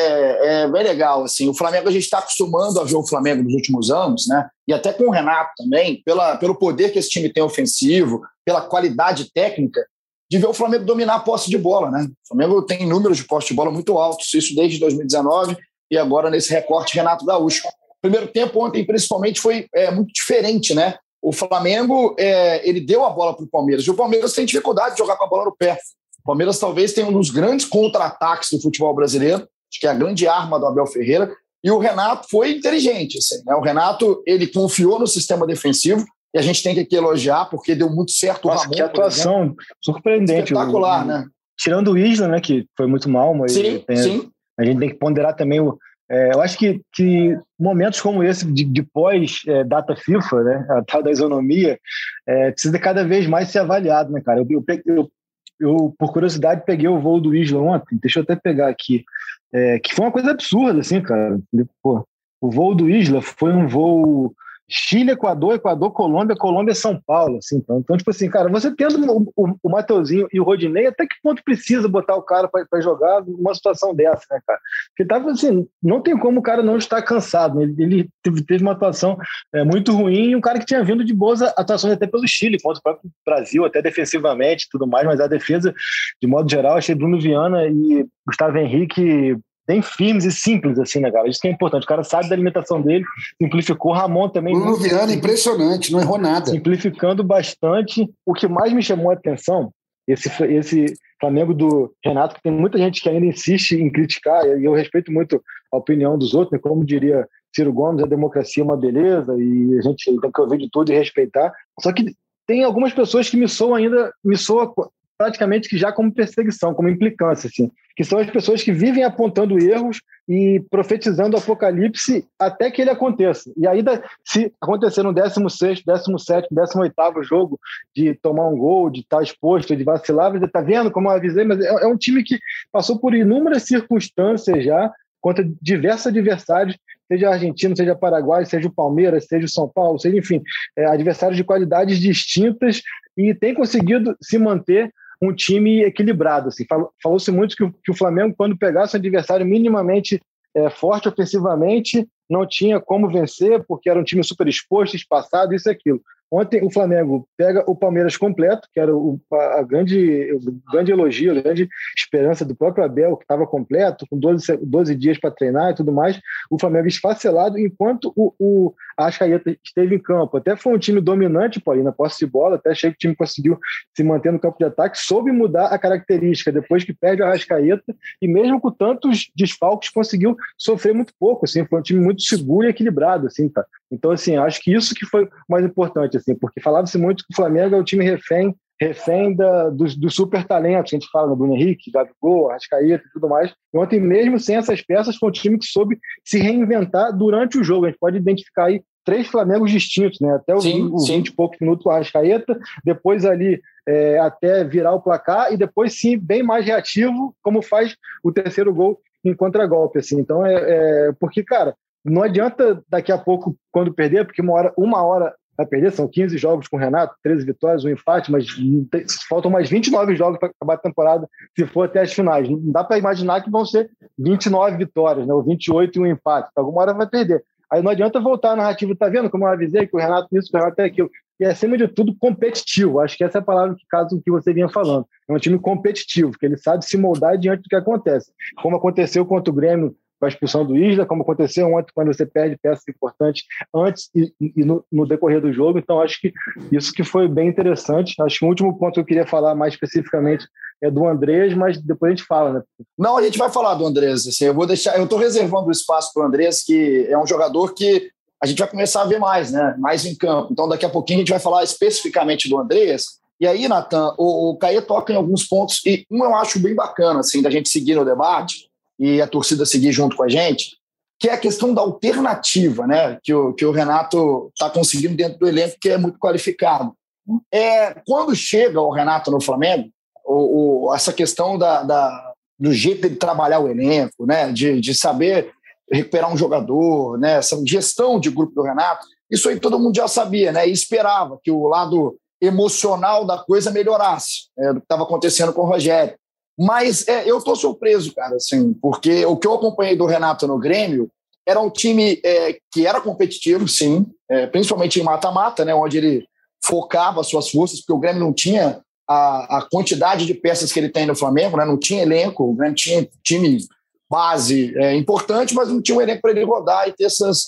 é bem legal. Assim, o Flamengo, a gente está acostumando a ver o Flamengo nos últimos anos, né, e até com o Renato também, pelo poder que esse time tem ofensivo, pela qualidade técnica, de ver o Flamengo dominar a posse de bola. Né? O Flamengo tem números de posse de bola muito altos, isso desde 2019 e agora nesse recorte Renato Gaúcho. O primeiro tempo ontem, principalmente, foi muito diferente, né? O Flamengo, ele deu a bola para o Palmeiras. E o Palmeiras tem dificuldade de jogar com a bola no pé. O Palmeiras talvez tenha um dos grandes contra-ataques do futebol brasileiro, acho que é a grande arma do Abel Ferreira. E o Renato foi inteligente. Assim, né? O Renato, ele confiou no sistema defensivo, e a gente tem que aqui elogiar, porque deu muito certo. Nossa, o Ramon, que atuação surpreendente. Espetacular, né? Tirando o Isla, né, que foi muito mal, mas sim. A gente tem que ponderar também eu acho que momentos como esse de pós-data FIFA, né, a tal da isonomia, precisa cada vez mais ser avaliado, né, cara? Eu, por curiosidade, peguei o voo do Isla ontem, deixa eu até pegar aqui, que foi uma coisa absurda, assim, cara. Pô, o voo do Isla foi um voo Chile, Equador, Colômbia, São Paulo, assim, então, tipo assim, cara, você tendo o Mateuzinho e o Rodinei, até que ponto precisa botar o cara para jogar numa situação dessa, né, cara? Porque tava assim, não tem como o cara não estar cansado, né? Ele teve uma atuação muito ruim, e um cara que tinha vindo de boas atuações até pelo Chile, contra o próprio Brasil, até defensivamente e tudo mais, mas a defesa, de modo geral, achei Bruno Viana e Gustavo Henrique bem firmes e simples, assim, né, cara? Isso que é importante. O cara sabe da limitação dele, simplificou. Ramon também. Bruno Viana, impressionante, não errou nada. Simplificando bastante. O que mais me chamou a atenção, esse Flamengo do Renato, que tem muita gente que ainda insiste em criticar, e eu respeito muito a opinião dos outros, né? Como diria Ciro Gomes, a democracia é uma beleza, e a gente tem que ouvir de tudo e respeitar. Só que tem algumas pessoas que me soam praticamente que já como perseguição, como implicância, assim, que são as pessoas que vivem apontando erros e profetizando o apocalipse até que ele aconteça. E aí, se acontecer no 16º, 17º, 18º jogo de tomar um gol, de estar exposto, de vacilar, você está vendo como eu avisei, mas é um time que passou por inúmeras circunstâncias já, contra diversos adversários, seja argentino, seja paraguai, seja o Palmeiras, seja o São Paulo, seja, enfim, adversários de qualidades distintas, e tem conseguido se manter um time equilibrado. Assim. Falou-se muito que o Flamengo, quando pegasse um adversário minimamente forte ofensivamente, não tinha como vencer, porque era um time super exposto, espaçado, isso e aquilo. Ontem o Flamengo pega o Palmeiras completo, que era o grande elogio, a grande esperança do próprio Abel, que estava completo, com 12 dias para treinar e tudo mais. O Flamengo esfacelado, enquanto o Arrascaeta esteve em campo. Até foi um time dominante, Paulinho, na posse de bola, até achei que o time conseguiu se manter no campo de ataque, soube mudar a característica depois que perde o Arrascaeta, e mesmo com tantos desfalques, conseguiu sofrer muito pouco. Assim, foi um time muito seguro e equilibrado. Assim, tá? Então, assim, acho que isso que foi mais importante, assim, porque falava-se muito que o Flamengo é o time refém dos super talentos, a gente fala no Bruno Henrique, Gabigol, Arrascaeta e tudo mais. E ontem, mesmo sem essas peças, foi um time que soube se reinventar durante o jogo. A gente pode identificar aí 3 Flamengos distintos, né? Até os 20 e poucos minutos o Arrascaeta, depois ali até virar o placar, e depois sim, bem mais reativo, como faz o terceiro gol em contragolpe, assim. Então, porque, cara, não adianta daqui a pouco, quando perder, porque uma hora vai perder, são 15 jogos com o Renato, 13 vitórias, um empate, mas faltam mais 29 jogos para acabar a temporada, se for até as finais. Não dá para imaginar que vão ser 29 vitórias, né, ou 28 e um empate. Alguma hora vai perder. Aí não adianta voltar a narrativa, tá vendo como eu avisei que o Renato isso, que o Renato é aquilo. E, acima de tudo, competitivo. Acho que essa é a palavra que caso o que você vinha falando. É um time competitivo, que ele sabe se moldar diante do que acontece. Como aconteceu contra o Grêmio com a expulsão do Isla, como aconteceu ontem quando você perde peças importantes antes e no decorrer do jogo. Então, acho que isso que foi bem interessante. Acho que o último ponto que eu queria falar mais especificamente é do Andrés, mas depois a gente fala, né? Não, a gente vai falar do Andrés. Assim, eu estou reservando o espaço para o Andrés, que é um jogador que a gente vai começar a ver mais, né? Mais em campo. Então, daqui a pouquinho a gente vai falar especificamente do Andrés. E aí, Natan, o Caê toca em alguns pontos, e eu acho bem bacana, assim, da gente seguir no debate e a torcida seguir junto com a gente, que é a questão da alternativa, né? Que o Renato está conseguindo dentro do elenco, que é muito qualificado. Quando chega o Renato no Flamengo, essa questão do jeito de trabalhar o elenco, né? De saber recuperar um jogador, né? Essa gestão de grupo do Renato, isso aí todo mundo já sabia, né? E esperava que o lado emocional da coisa melhorasse, do que estava acontecendo com o Rogério. Mas eu estou surpreso, cara, assim, porque o que eu acompanhei do Renato no Grêmio era um time que era competitivo, sim, principalmente em mata-mata, né? Onde ele focava suas forças, porque o Grêmio não tinha a quantidade de peças que ele tem no Flamengo, né? Não tinha elenco, o Grêmio tinha time base importante, mas não tinha um elenco para ele rodar e ter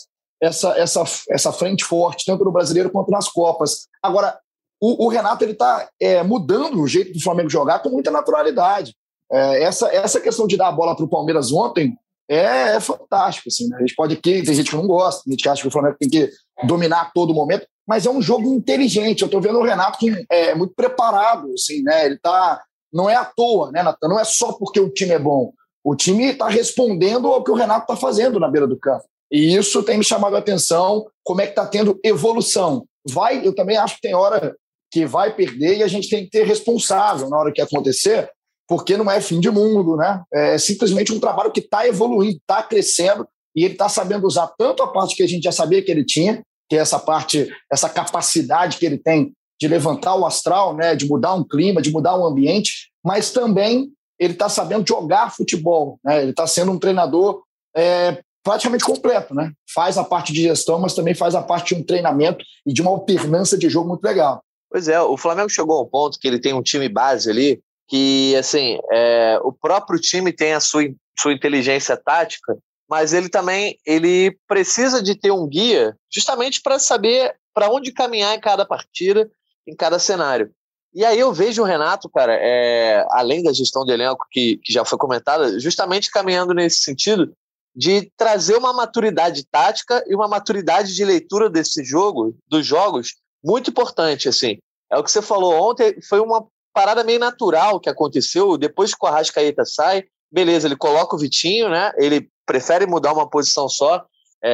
essa frente forte, tanto no Brasileiro quanto nas Copas. Agora, o Renato está mudando o jeito do Flamengo jogar com muita naturalidade. Essa questão de dar a bola para o Palmeiras ontem é fantástico. Assim, né? A gente pode aqui, tem gente que não gosta, tem gente que acha que o Flamengo tem que dominar a todo momento, mas é um jogo inteligente. Eu estou vendo o Renato muito preparado. Assim, né? Ele não é à toa, né, Natan? Não é só porque o time é bom. O time está respondendo ao que o Renato está fazendo na beira do campo. E isso tem me chamado a atenção, como é que está tendo evolução. Eu também acho que tem hora que vai perder e a gente tem que ter responsável na hora que acontecer, porque não é fim de mundo, né? É simplesmente um trabalho que está evoluindo, está crescendo, e ele está sabendo usar tanto a parte que a gente já sabia que ele tinha, que é essa parte, essa capacidade que ele tem de levantar o astral, né? De mudar um clima, de mudar um ambiente, mas também ele está sabendo jogar futebol, né? Ele está sendo um treinador praticamente completo, né? Faz a parte de gestão, mas também faz a parte de um treinamento e de uma alternância de jogo muito legal. Pois é, o Flamengo chegou a um ponto que ele tem um time base ali, que assim, o próprio time tem a sua inteligência tática, mas ele também precisa de ter um guia justamente para saber para onde caminhar em cada partida, em cada cenário. E aí eu vejo o Renato, cara, além da gestão de elenco que já foi comentada, justamente caminhando nesse sentido de trazer uma maturidade tática e uma maturidade de leitura desse jogo, dos jogos, muito importante, assim. É o que você falou ontem, foi uma parada meio natural que aconteceu, depois que o Arrascaeta sai, beleza, ele coloca o Vitinho, né? Ele prefere mudar uma posição só,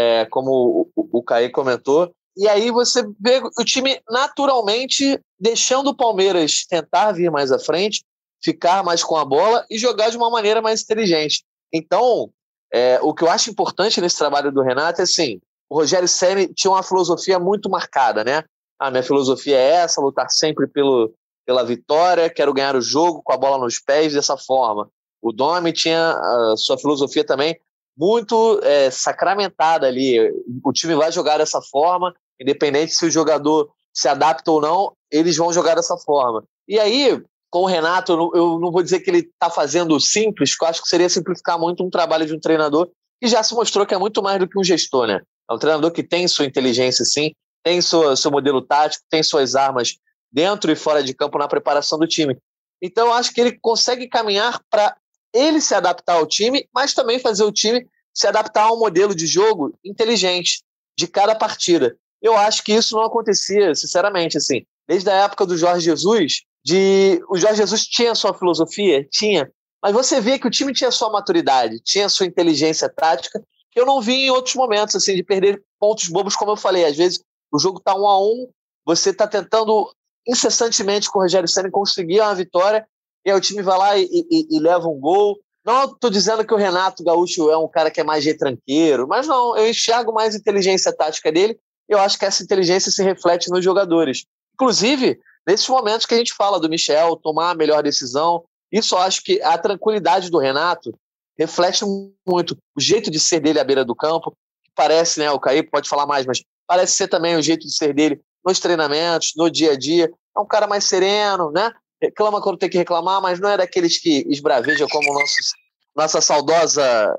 como o Caê comentou, e aí você vê o time naturalmente deixando o Palmeiras tentar vir mais à frente, ficar mais com a bola e jogar de uma maneira mais inteligente. Então, o que eu acho importante nesse trabalho do Renato é assim, o Rogério Ceni tinha uma filosofia muito marcada, né? Minha filosofia é essa, lutar sempre pela vitória, quero ganhar o jogo com a bola nos pés dessa forma. O Domi tinha a sua filosofia também muito sacramentada ali. O time vai jogar dessa forma, independente se o jogador se adapta ou não, eles vão jogar dessa forma. E aí, com o Renato, eu não vou dizer que ele está fazendo simples, porque eu acho que seria simplificar muito um trabalho de um treinador que já se mostrou que é muito mais do que um gestor, né? É um treinador que tem sua inteligência, sim, tem seu modelo tático, tem suas armas dentro e fora de campo na preparação do time. Então, eu acho que ele consegue caminhar para ele se adaptar ao time, mas também fazer o time se adaptar a um modelo de jogo inteligente de cada partida. Eu acho que isso não acontecia, sinceramente, assim. Desde a época do Jorge Jesus, o Jorge Jesus tinha sua filosofia? Tinha. Mas você vê que o time tinha sua maturidade, tinha sua inteligência tática, que eu não vi em outros momentos, assim, de perder pontos bobos, como eu falei. Às vezes o jogo está 1-1, você está tentando incessantemente com o Rogério Ceni conseguir uma vitória, e aí o time vai lá e leva um gol. Não estou dizendo que o Renato Gaúcho é um cara que é mais retranqueiro, mas não, eu enxergo mais a inteligência tática dele, e eu acho que essa inteligência se reflete nos jogadores. Inclusive, nesses momentos que a gente fala do Michel tomar a melhor decisão, isso eu acho que a tranquilidade do Renato reflete muito o jeito de ser dele à beira do campo. parece, né, o Caí pode falar mais, mas parece ser também o jeito de ser dele nos treinamentos, no dia a dia. É um cara mais sereno, né? Reclama quando tem que reclamar, mas não é daqueles que esbraveja como nossa saudosa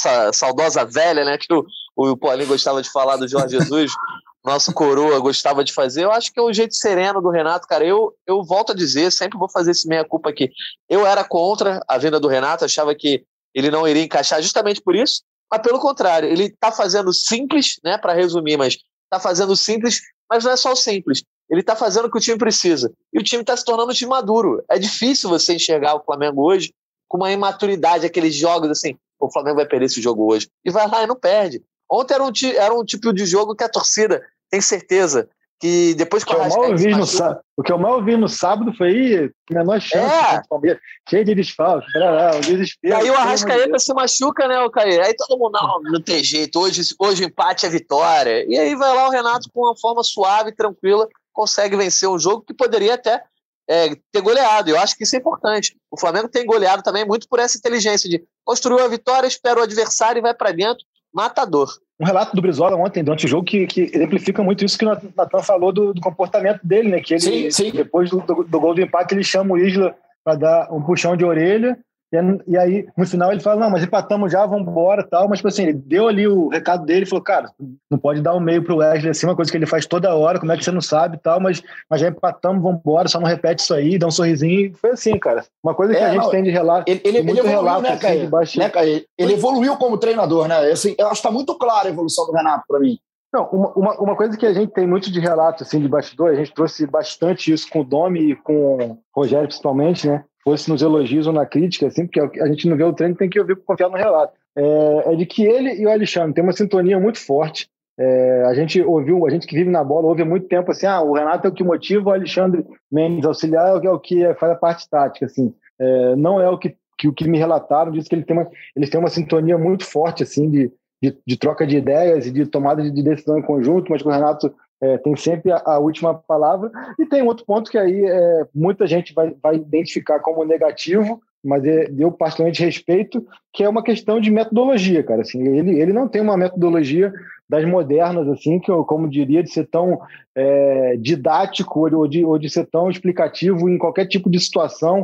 velha, né? Que o Paulinho gostava de falar do Jorge Jesus, nosso coroa gostava de fazer. Eu acho que é o jeito sereno do Renato, cara. Eu volto a dizer, sempre vou fazer esse meia-culpa aqui. Eu era contra a vinda do Renato, achava que ele não iria encaixar justamente por isso, mas pelo contrário, ele está fazendo simples, né? Para resumir, mas está fazendo simples, mas não é só o simples. Ele está fazendo o que o time precisa. E o time está se tornando um time maduro. É difícil você enxergar o Flamengo hoje com uma imaturidade, aqueles jogos assim, o Flamengo vai perder esse jogo hoje. E vai lá e não perde. Ontem era um tipo de jogo que a torcida tem certeza que depois que o que eu mal ouvi no sábado foi menor chance do Palmeiras, cheio de desfalque, um desespero. E aí o Arrascaeta se machuca, né, o Caí? Aí todo mundo, não tem jeito, hoje o empate é vitória. E aí vai lá o Renato com uma forma suave, tranquila, consegue vencer um jogo que poderia até ter goleado. Eu acho que isso é importante. O Flamengo tem goleado também muito por essa inteligência de construir a vitória, espera o adversário e vai para dentro, matador. Um relato do Brizola ontem, durante o jogo, que exemplifica muito isso que o Natan falou do comportamento dele, né? Que ele, sim. Depois do gol do empate, ele chama o Isla para dar um puxão de orelha, e aí, no final, ele fala, não, mas empatamos já, vamos embora, tal, mas, tipo assim, ele deu ali o recado dele e falou, cara, não pode dar o meio pro Wesley, assim, uma coisa que ele faz toda hora, como é que você não sabe, tal, mas já empatamos, vamos embora, só não repete isso aí, dá um sorrisinho, foi assim, cara. Uma coisa que a gente tem de relato, ele evoluiu, né, Caí? Ele evoluiu como treinador, né? Assim, eu acho que tá muito clara a evolução do Renato para mim. Não, uma coisa que a gente tem muito de relato, assim, de bastidor, a gente trouxe bastante isso com o Domi e com o Rogério, principalmente, né? Fosse nos elogios ou na crítica, assim, porque a gente não vê o treino, tem que ouvir para confiar no relato. É de que ele e o Alexandre têm uma sintonia muito forte. A gente que vive na bola, ouve há muito tempo assim, o Renato é o que motiva, o Alexandre Mendes auxiliar é o que faz a parte tática, assim. Não é o que me relataram, diz que eles têm uma sintonia muito forte, assim, de troca de ideias e de tomada de decisão em conjunto, mas que o Renato tem sempre a última palavra. E tem outro ponto que aí muita gente vai identificar como negativo, mas eu particularmente respeito, que é uma questão de metodologia, cara. Assim, ele não tem uma metodologia das modernas, assim, que eu, como diria, de ser tão didático ou de ser tão explicativo em qualquer tipo de situação,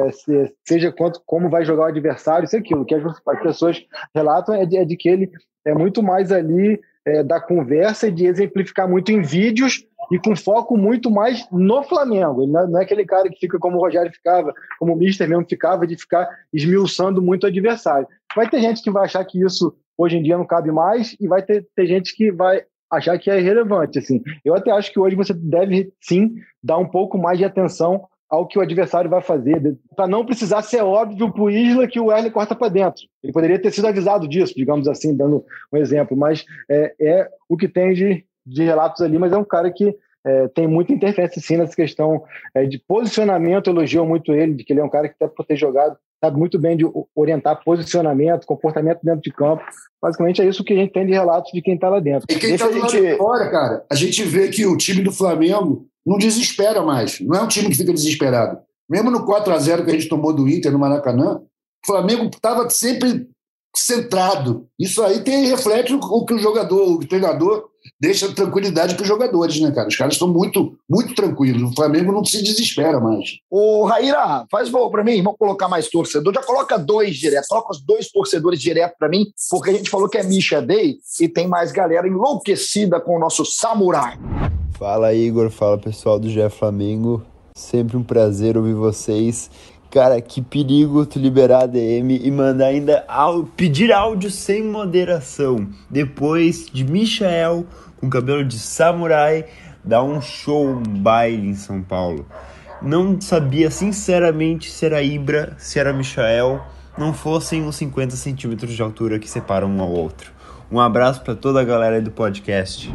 seja como vai jogar o adversário, isso e aquilo. O que as pessoas relatam é de que ele é muito mais ali da conversa e de exemplificar muito em vídeos e com foco muito mais no Flamengo. Ele não é aquele cara que fica como o Rogério ficava, como o Mister mesmo ficava, de ficar esmiuçando muito o adversário. Vai ter gente que vai achar que isso hoje em dia não cabe mais e vai ter gente que vai achar que é irrelevante. Assim. Eu até acho que hoje você deve, sim, dar um pouco mais de atenção ao que o adversário vai fazer, para não precisar ser óbvio para o Isla que o Wesley corta para dentro. Ele poderia ter sido avisado disso, digamos assim, dando um exemplo, mas é o que tem de relatos ali, mas é um cara que tem muita interferência sim nessa questão de posicionamento. Elogiou muito ele, de que ele é um cara que até por ter jogado sabe muito bem de orientar posicionamento, comportamento dentro de campo. Basicamente é isso que a gente tem de relatos de quem está lá dentro. E quem está do lado de fora, cara, a gente vê que o time do Flamengo não desespera mais. Não é um time que fica desesperado. Mesmo no 4-0 que a gente tomou do Inter no Maracanã, o Flamengo estava sempre centrado. Isso aí reflete o que o treinador deixa tranquilidade para os jogadores, né, cara? Os caras estão muito, muito tranquilos. O Flamengo não se desespera mais. Ô, Raíra, faz favor para mim, vamos colocar mais torcedor. Já coloca 2 direto, coloca os 2 torcedores direto para mim, porque a gente falou que é Misha Day e tem mais galera enlouquecida com o nosso Samurai. Fala, Igor. Fala, pessoal do GE Flamengo. Sempre um prazer ouvir vocês. Cara, que perigo tu liberar a DM e mandar ainda pedir áudio sem moderação. Depois de Michael, com cabelo de samurai, dar um show, um baile em São Paulo. Não sabia, sinceramente, se era Ibra, se era Michael, não fossem os 50 centímetros de altura que separam um ao outro. Um abraço para toda a galera aí do podcast.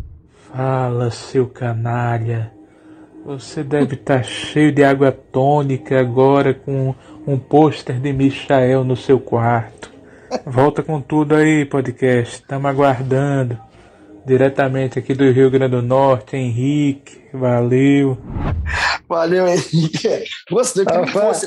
Fala, seu canalha. Você deve estar cheio de água tônica agora com um pôster de Michael no seu quarto. Volta com tudo aí, podcast. Estamos aguardando. Diretamente aqui do Rio Grande do Norte, Henrique. Valeu. Valeu, Henrique. Gostei que não fosse.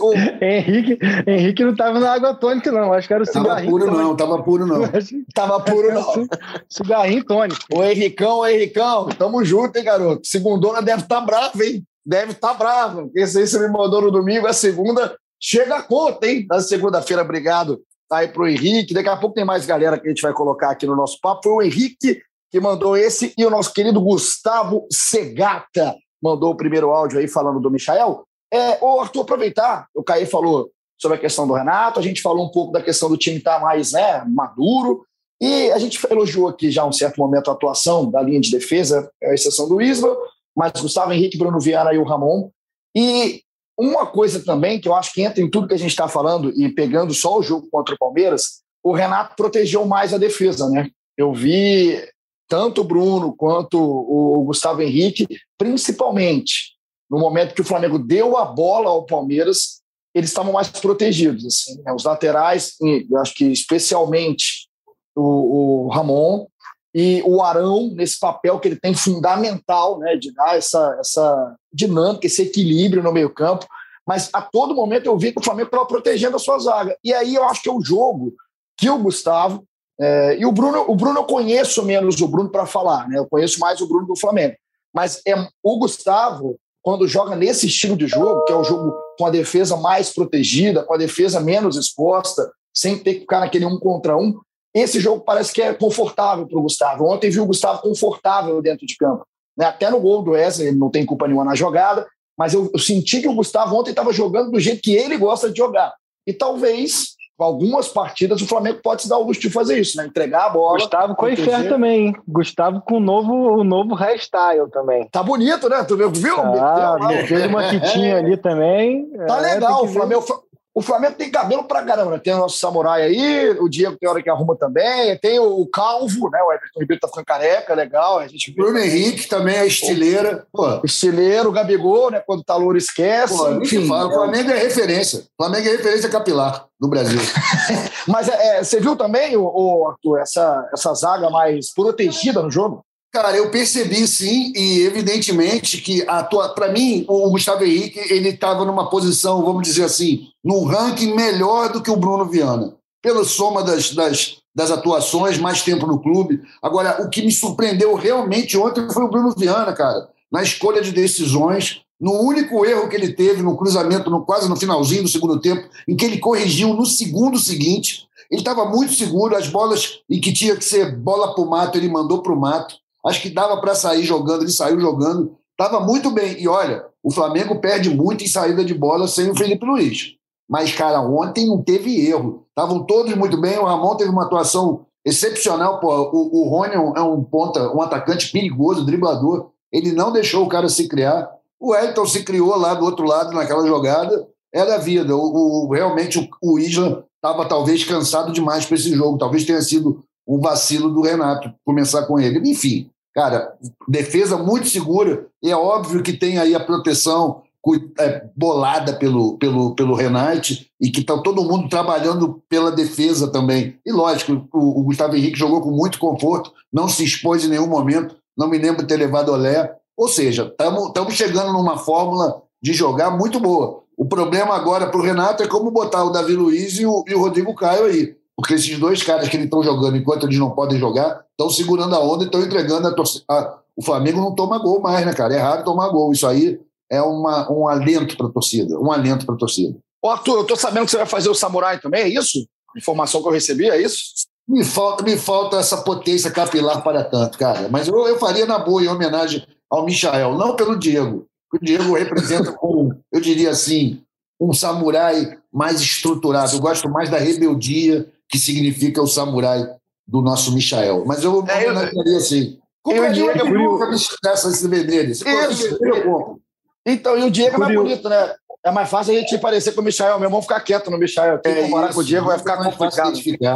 Henrique não tava na água tônica, não. Acho que era o cigarrinho. Tava puro, não. Tava puro, não. Cigarrinho tônico. Ô, Henricão, tamo junto, hein, garoto? Segundona deve estar bravo, hein? Deve estar bravo. Porque esse aí você me mandou no domingo, a segunda chega a conta, hein? Na segunda-feira, obrigado. Tá aí pro Henrique. Daqui a pouco tem mais galera que a gente vai colocar aqui no nosso papo. Foi o Henrique que mandou esse e o nosso querido Gustavo Segata mandou o primeiro áudio aí falando do Michael. Ô, Arthur, aproveitar, o Caê falou sobre a questão do Renato, a gente falou um pouco da questão do time estar mais maduro, e a gente elogiou aqui já um certo momento a atuação da linha de defesa, a exceção do Isla, mas Gustavo Henrique, Bruno Viana e o Ramon. E uma coisa também que eu acho que entra em tudo que a gente está falando, e pegando só o jogo contra o Palmeiras, o Renato protegeu mais a defesa, né? Eu vi tanto o Bruno quanto o Gustavo Henrique, principalmente no momento que o Flamengo deu a bola ao Palmeiras, eles estavam mais protegidos. Assim, né? Os laterais, eu acho que especialmente o Ramon e o Arão, nesse papel que ele tem fundamental, né, de dar essa dinâmica, esse equilíbrio no meio-campo. Mas a todo momento eu vi que o Flamengo estava protegendo a sua zaga. E aí eu acho que é o jogo que o Gustavo. E o Bruno eu conheço menos o Bruno para falar, né? Eu conheço mais o Bruno do Flamengo. Mas o Gustavo, quando joga nesse estilo de jogo, que é o jogo com a defesa mais protegida, com a defesa menos exposta, sem ter que ficar naquele 1 contra 1, esse jogo parece que é confortável para o Gustavo. Ontem vi o Gustavo confortável dentro de campo, né? Até no gol do Wesley, ele não tem culpa nenhuma na jogada, mas eu senti que o Gustavo ontem estava jogando do jeito que ele gosta de jogar. E talvez, algumas partidas, o Flamengo pode se dar o luxo de fazer isso, né? Entregar a bola. Gustavo com inferno também, hein? Gustavo com o novo hairstyle também. Tá bonito, né? Tu viu? Meteu uma fitinha ali também. Tá legal, o Flamengo tem cabelo pra caramba, né? Tem o nosso samurai aí, o Diego tem hora que arruma também, tem o Calvo, né? O Everton Ribeiro tá ficando careca, legal. A gente Bruno Henrique também, a estileira. Estileiro, o Gabigol, né? Quando tá louro esquece. Enfim, o Flamengo é referência. O Flamengo é referência capilar no Brasil. Mas você viu também, Arthur, essa zaga mais protegida no jogo? Cara, eu percebi sim, e evidentemente que para mim o Gustavo Henrique ele estava numa posição, vamos dizer assim, num ranking melhor do que o Bruno Viana, pela soma das atuações, mais tempo no clube. Agora, o que me surpreendeu realmente ontem foi o Bruno Viana, cara, na escolha de decisões, no único erro que ele teve no cruzamento, quase no finalzinho do segundo tempo, em que ele corrigiu no segundo seguinte. Ele estava muito seguro, as bolas em que tinha que ser bola para o mato, ele mandou para o mato. Acho que dava para sair jogando, ele saiu jogando, estava muito bem. E olha, o Flamengo perde muito em saída de bola sem o Felipe Luiz. Mas, cara, ontem não teve erro. Estavam todos muito bem, o Ramon teve uma atuação excepcional. O Rony é um ponta, um atacante perigoso, driblador. Ele não deixou o cara se criar. O Elton se criou lá do outro lado naquela jogada. Era a vida. Realmente o Isla estava talvez cansado demais para esse jogo. Talvez tenha sido um vacilo do Renato começar com ele. Enfim, cara, defesa muito segura, e é óbvio que tem aí a proteção bolada pelo Renato, e que está todo mundo trabalhando pela defesa também. E lógico, o Gustavo Henrique jogou com muito conforto, não se expôs em nenhum momento, não me lembro de ter levado olé. Ou seja, estamos chegando numa fórmula de jogar muito boa. O problema agora para o Renato é como botar o Davi Luiz e o Rodrigo Caio aí. Porque esses dois caras que eles estão jogando enquanto eles não podem jogar, estão segurando a onda e estão entregando a torcida. O Flamengo não toma gol mais, né, cara? É raro tomar gol. Isso aí é um alento para a torcida. Um alento para a torcida. Ô, Arthur, eu tô sabendo que você vai fazer o Samurai também, é isso? Informação que eu recebi, é isso? Me falta essa potência capilar para tanto, cara. Mas eu faria na boa, em homenagem ao Michael, não pelo Diego. O Diego representa, eu diria assim, um samurai mais estruturado. Eu gosto mais da rebeldia, que significa o samurai do nosso Michael. Mas eu homenagearia assim. Compraria essas venderem. Se conseguir, eu compro. Então, e o Diego é mais bonito, né? É mais fácil a gente parecer com o Michael. Meu irmão ficar quieto no Michael. Quem comparar com o Diego vai ficar complicado.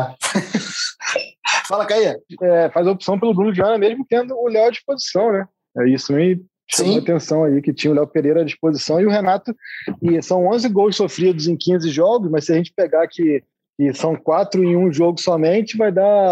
Fala, Caí. Faz a opção pelo Bruno Viana, mesmo tendo o Léo à disposição, né? Isso me chamou a atenção aí, que tinha o Léo Pereira à disposição e o Renato. E são 11 gols sofridos em 15 jogos, mas se a gente pegar que são 4 em um jogo somente, vai dar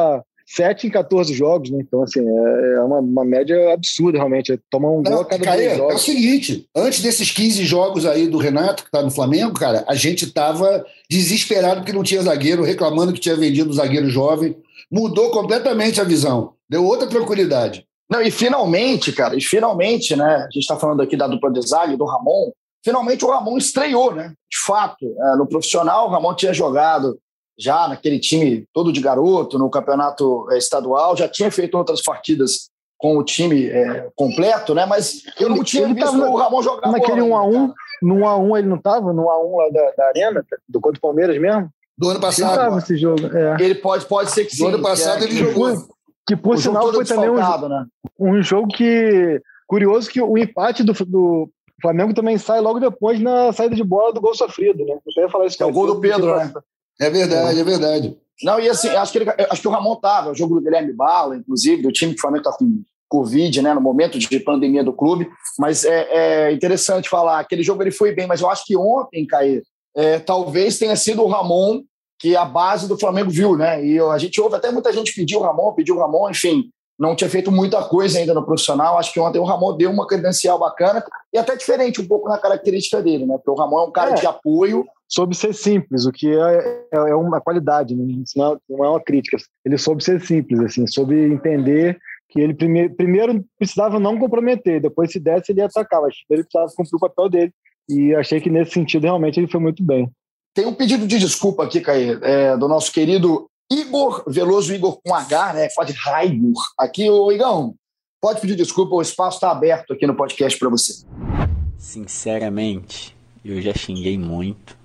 7 em 14 jogos, né? Então, assim, é uma média absurda, realmente. Toma um gol a cada 2 jogos. É o seguinte, antes desses 15 jogos aí do Renato, que tá no Flamengo, cara, a gente tava desesperado porque não tinha zagueiro, reclamando que tinha vendido o zagueiro jovem. Mudou completamente a visão. Deu outra tranquilidade. Não, e finalmente, cara, né? A gente tá falando aqui da dupla de zague, do Ramon. Finalmente o Ramon estreou, né? De fato, no profissional, o Ramon tinha jogado já naquele time todo de garoto, no campeonato estadual, já tinha feito outras partidas com o time completo, né? Mas eu não tinha visto o Ramon jogar naquele 1x1, no 1x1 ele não estava? No 1x1 lá da Arena, do contra o Palmeiras mesmo? Do ano passado. Ele tava esse jogo, Ele pode ser que sim. Do ano passado ele jogou. Que por sinal foi também um jogo que... Curioso que o empate do Flamengo também sai logo depois na saída de bola do gol sofrido, né? Eu ia falar isso. É o gol do Pedro, né? É verdade. Não, e assim, acho que o Ramon tava, o jogo do Guilherme Bala, inclusive, do time que o Flamengo tá com Covid, né, no momento de pandemia do clube, mas é interessante falar, aquele jogo ele foi bem, mas eu acho que ontem, Caê, talvez tenha sido o Ramon que a base do Flamengo viu, né, e a gente ouve, até muita gente pediu o Ramon, enfim, não tinha feito muita coisa ainda no profissional, acho que ontem o Ramon deu uma credencial bacana e até diferente um pouco na característica dele, né, porque o Ramon é um cara de apoio. Soube ser simples, o que é uma qualidade, né? Isso não é uma crítica. Ele soube ser simples, assim, soube entender que ele primeiro precisava não comprometer, depois se desse ele ia atacar, mas ele precisava cumprir o papel dele, e achei que nesse sentido realmente ele foi muito bem. Tem um pedido de desculpa aqui, Caê, do nosso querido Igor Veloso, Igor com H, né? Pode Raigor. Aqui, ô Igão, pode pedir desculpa, o espaço está aberto aqui no podcast para você. Sinceramente, eu já xinguei muito.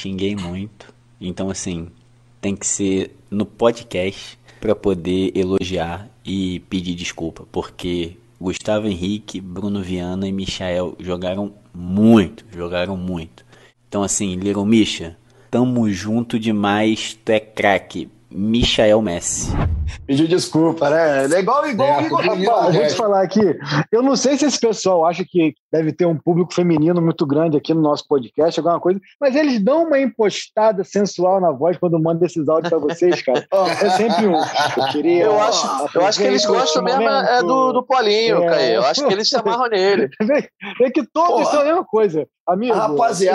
Então, assim, tem que ser no podcast para poder elogiar e pedir desculpa, porque Gustavo Henrique, Bruno Viana e Michael jogaram muito. Então, assim, Little Misha, tamo junto demais, tu é craque. Michael Messi. Pedir desculpa, né? É igual Igor. Rapaz, vou te falar aqui, eu não sei se esse pessoal acha que deve ter um público feminino muito grande aqui no nosso podcast, alguma coisa, mas eles dão uma impostada sensual na voz quando mandam esses áudios pra vocês, cara. É sempre um. Eu acho que eles gostam mesmo do Polinho, Caê. Eu acho que eles se amarram nele. É que todos são a mesma coisa. Amigo, a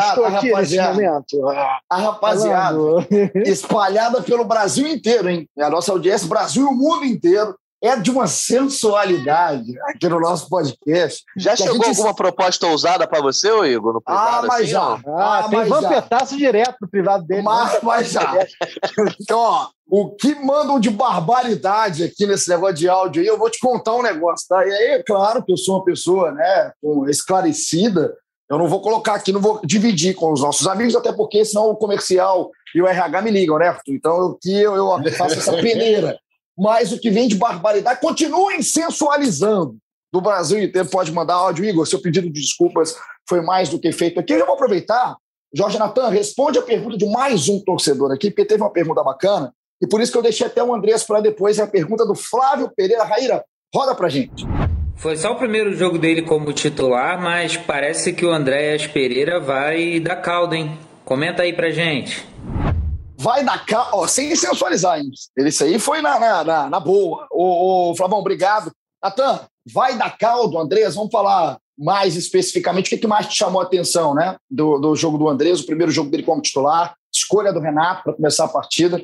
rapaziada espalhada pelo Brasil inteiro, hein? A nossa audiência, Brasil e o mundo inteiro, é de uma sensualidade aqui no nosso podcast. Já chegou alguma proposta ousada para você, ô Igor, no privado? Mas já. Tem vampetaço direto no privado dele. Mas já. Então, ó, o que mandam de barbaridade aqui nesse negócio de áudio aí, eu vou te contar um negócio, tá? E aí, é claro que eu sou uma pessoa, né, esclarecida. Eu não vou colocar aqui, não vou dividir com os nossos amigos, até porque senão o comercial e o RH me ligam, né? Então eu faço essa peneira. Mas o que vem de barbaridade, continuem sensualizando do Brasil inteiro. Pode mandar áudio, Igor, seu pedido de desculpas foi mais do que feito aqui. Eu já vou aproveitar. Jorge Natan, responde a pergunta de mais um torcedor aqui, porque teve uma pergunta bacana, e por isso que eu deixei até o Andrés para depois, é a pergunta do Flávio Pereira. Raíra, roda pra gente. Foi só o primeiro jogo dele como titular, mas parece que o Andréas Pereira vai dar caldo, hein? Comenta aí pra gente. Vai dar caldo, sem sensualizar, hein? Isso aí foi na boa. Ô, Flavão, obrigado. Natan, vai dar caldo, Andrés? Vamos falar mais especificamente o que mais te chamou a atenção, né? Do jogo do Andrés, o primeiro jogo dele como titular, escolha do Renato para começar a partida.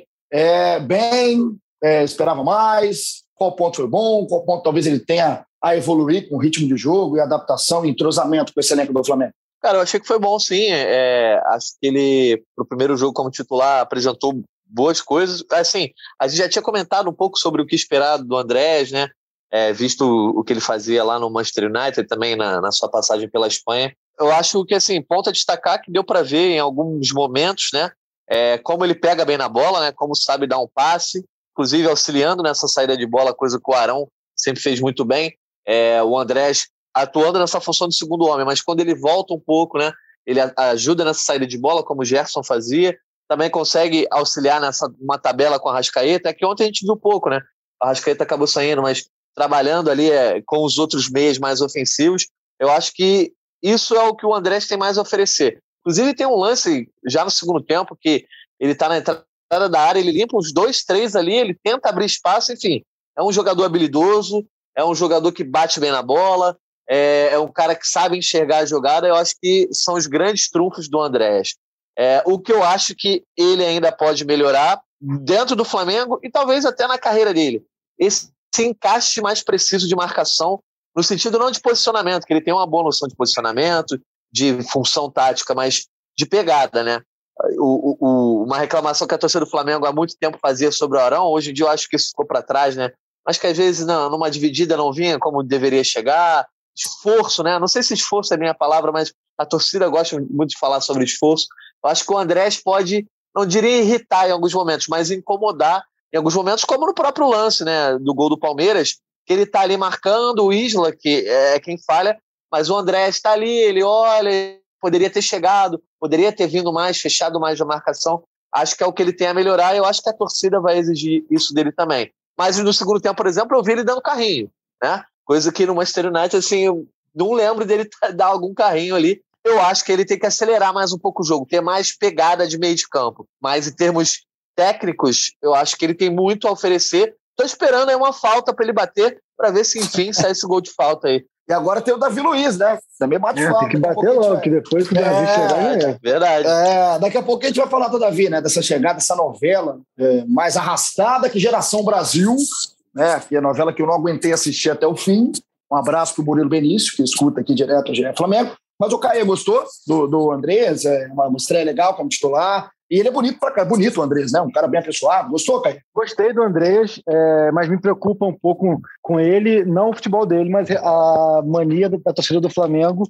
Esperava mais? Qual ponto foi bom? Qual ponto talvez ele tenha a evoluir com o ritmo de jogo e adaptação e entrosamento com esse elenco do Flamengo? Cara, eu achei que foi bom, sim. Acho que ele, pro primeiro jogo como titular, apresentou boas coisas. Assim, a gente já tinha comentado um pouco sobre o que esperar do Andrés, né? Visto o que ele fazia lá no Manchester United, também na sua passagem pela Espanha. Eu acho que, assim, ponto a destacar que deu para ver em alguns momentos, né? Como ele pega bem na bola, né? Como sabe dar um passe, inclusive auxiliando nessa saída de bola, coisa que o Arão sempre fez muito bem. O Andrés atuando nessa função de segundo homem, mas quando ele volta um pouco, né, ele ajuda nessa saída de bola, como o Gerson fazia, também consegue auxiliar uma tabela com a Arrascaeta, que ontem a gente viu pouco, né? A Arrascaeta acabou saindo, mas trabalhando ali com os outros meios mais ofensivos, eu acho que isso é o que o Andrés tem mais a oferecer. Inclusive tem um lance já no segundo tempo que ele está na entrada da área, ele limpa uns 2, 3 ali, ele tenta abrir espaço, enfim. É um jogador habilidoso, é um jogador que bate bem na bola, é um cara que sabe enxergar a jogada. Eu acho que são os grandes trunfos do Andréas. O que eu acho que ele ainda pode melhorar dentro do Flamengo e talvez até na carreira dele. Esse encaixe mais preciso de marcação, no sentido não de posicionamento, que ele tem uma boa noção de posicionamento, de função tática, mas de pegada, né? Uma reclamação que a torcida do Flamengo há muito tempo fazia sobre o Arão, hoje em dia eu acho que isso ficou para trás, né? Acho que às vezes numa dividida não vinha como deveria chegar, esforço, né? Não sei se esforço é a minha palavra, mas a torcida gosta muito de falar sobre esforço. Eu acho que o Andrés pode, não diria irritar em alguns momentos, mas incomodar em alguns momentos, como no próprio lance, né, do gol do Palmeiras, que ele está ali marcando o Isla, que é quem falha, mas o Andrés está ali, ele olha, poderia ter chegado, poderia ter vindo mais, fechado mais a marcação. Acho que é o que ele tem a melhorar e eu acho que a torcida vai exigir isso dele também. Mas no segundo tempo, por exemplo, eu vi ele dando carrinho, né? Coisa que no Manchester United, assim, eu não lembro dele dar algum carrinho ali. Eu acho que ele tem que acelerar mais um pouco o jogo, ter mais pegada de meio de campo. Mas em termos técnicos, eu acho que ele tem muito a oferecer. Estou esperando aí uma falta para ele bater, para ver se, enfim, sai esse gol de falta aí. E agora tem o Davi Luiz, né? Também bate falta. Tem que bater logo, que depois que o Davi chegar, Verdade. Daqui a pouco a gente vai falar do Davi, né? Dessa chegada, dessa novela mais arrastada que Geração Brasil, né? Que é a novela que eu não aguentei assistir até o fim. Um abraço pro Murilo Benício, que escuta aqui direto o GE Flamengo. Mas o Caê gostou do Andrés, uma estreia legal como titular. E ele é bonito pra cá, bonito o Andrés, né? Um cara bem apessoado. Gostou, Caio? Gostei do Andrés, mas me preocupa um pouco com ele, não o futebol dele, mas a mania da torcida do Flamengo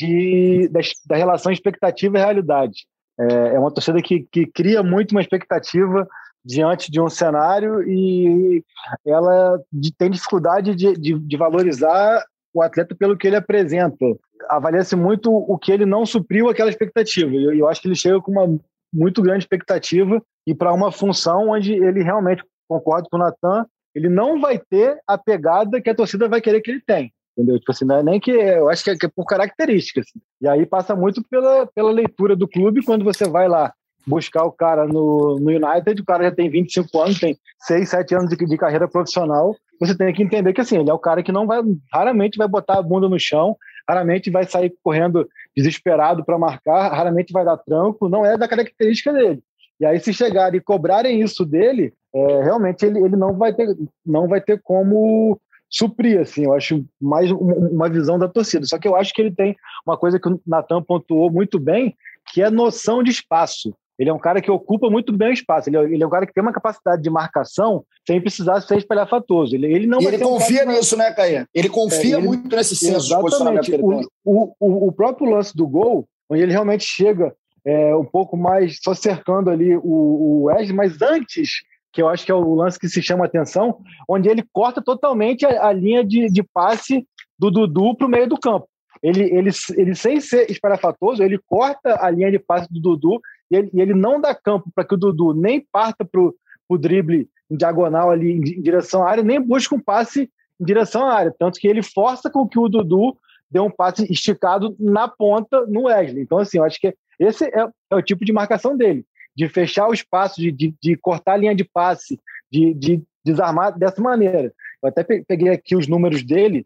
da relação expectativa e realidade. É uma torcida que cria muito uma expectativa diante de um cenário e ela tem dificuldade de valorizar o atleta pelo que ele apresenta. Avalia-se muito o que ele não supriu aquela expectativa. E eu acho que ele chega com uma muito grande expectativa e para uma função onde ele realmente, concordo com o Natan, ele não vai ter a pegada que a torcida vai querer que ele tenha, entendeu? Tipo assim, não é nem que, eu acho que é por características. Assim. E aí passa muito pela leitura do clube, quando você vai lá buscar o cara no United, o cara já tem 25 anos, tem 6, 7 anos de carreira profissional, você tem que entender que assim, ele é o cara que raramente vai botar a bunda no chão, raramente vai sair correndo desesperado para marcar, raramente vai dar tranco, não é da característica dele. E aí, se chegarem e cobrarem isso dele, realmente ele não vai ter como suprir, assim. Eu acho mais uma visão da torcida. Só que eu acho que ele tem uma coisa que o Natan pontuou muito bem, que é noção de espaço. Ele é um cara que ocupa muito bem o espaço. Ele é um cara que tem uma capacidade de marcação sem precisar ser espalhafatoso. Ele confia nisso, né, Caia? Ele confia muito nesse senso de posicionamento que ele tem. O próprio lance do gol, onde ele realmente chega um pouco mais só cercando ali o Wesley, mas antes, que eu acho que é o lance que se chama a atenção, onde ele corta totalmente a linha de passe do Dudu para o meio do campo. Ele sem ser espalhafatoso, ele corta a linha de passe do Dudu e ele não dá campo para que o Dudu nem parta para o drible em diagonal ali em direção à área, nem busca um passe em direção à área. Tanto que ele força com que o Dudu dê um passe esticado na ponta no Wesley. Então, assim, eu acho que esse é o tipo de marcação dele, de fechar o espaço, de cortar a linha de passe, de desarmar dessa maneira. Eu até peguei aqui os números dele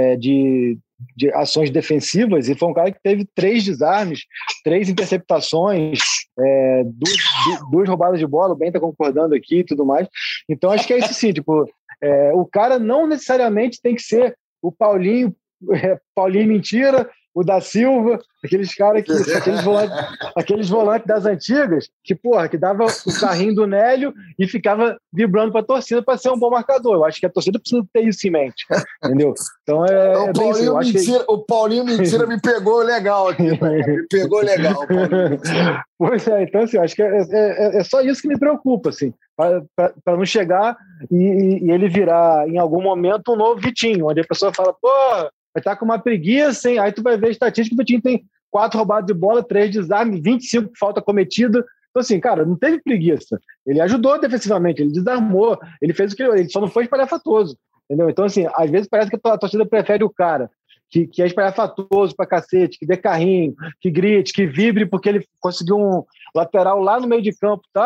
de ações defensivas, e foi um cara que teve 3 desarmes, 3 interceptações, 2 roubadas de bola, o Ben tá concordando aqui e tudo mais. Então acho que é isso sim, tipo, o cara não necessariamente tem que ser o Paulinho mentira, o da Silva, aqueles caras aqueles volantes das antigas, que dava o carrinho do Nélio e ficava vibrando para a torcida para ser um bom marcador. Eu acho que a torcida precisa ter isso em mente, entendeu? Então o Paulinho mentira me pegou legal aqui, me pegou legal. Pois é, então assim, eu acho que é só isso que me preocupa, assim, para não chegar e ele virar em algum momento um novo Vitinho, onde a pessoa fala, vai estar com uma preguiça, hein? Aí tu vai ver a estatística, o Vitinho tem 4 roubadas de bola, 3 desarmes, 25 falta cometida. Então, assim, cara, não teve preguiça. Ele ajudou defensivamente, ele desarmou, ele fez o que ele só não foi espalhafatoso, entendeu? Então, assim, às vezes parece que a torcida prefere o cara que é espalhafatoso pra cacete, que dê carrinho, que grite, que vibre porque ele conseguiu um lateral lá no meio de campo e tal,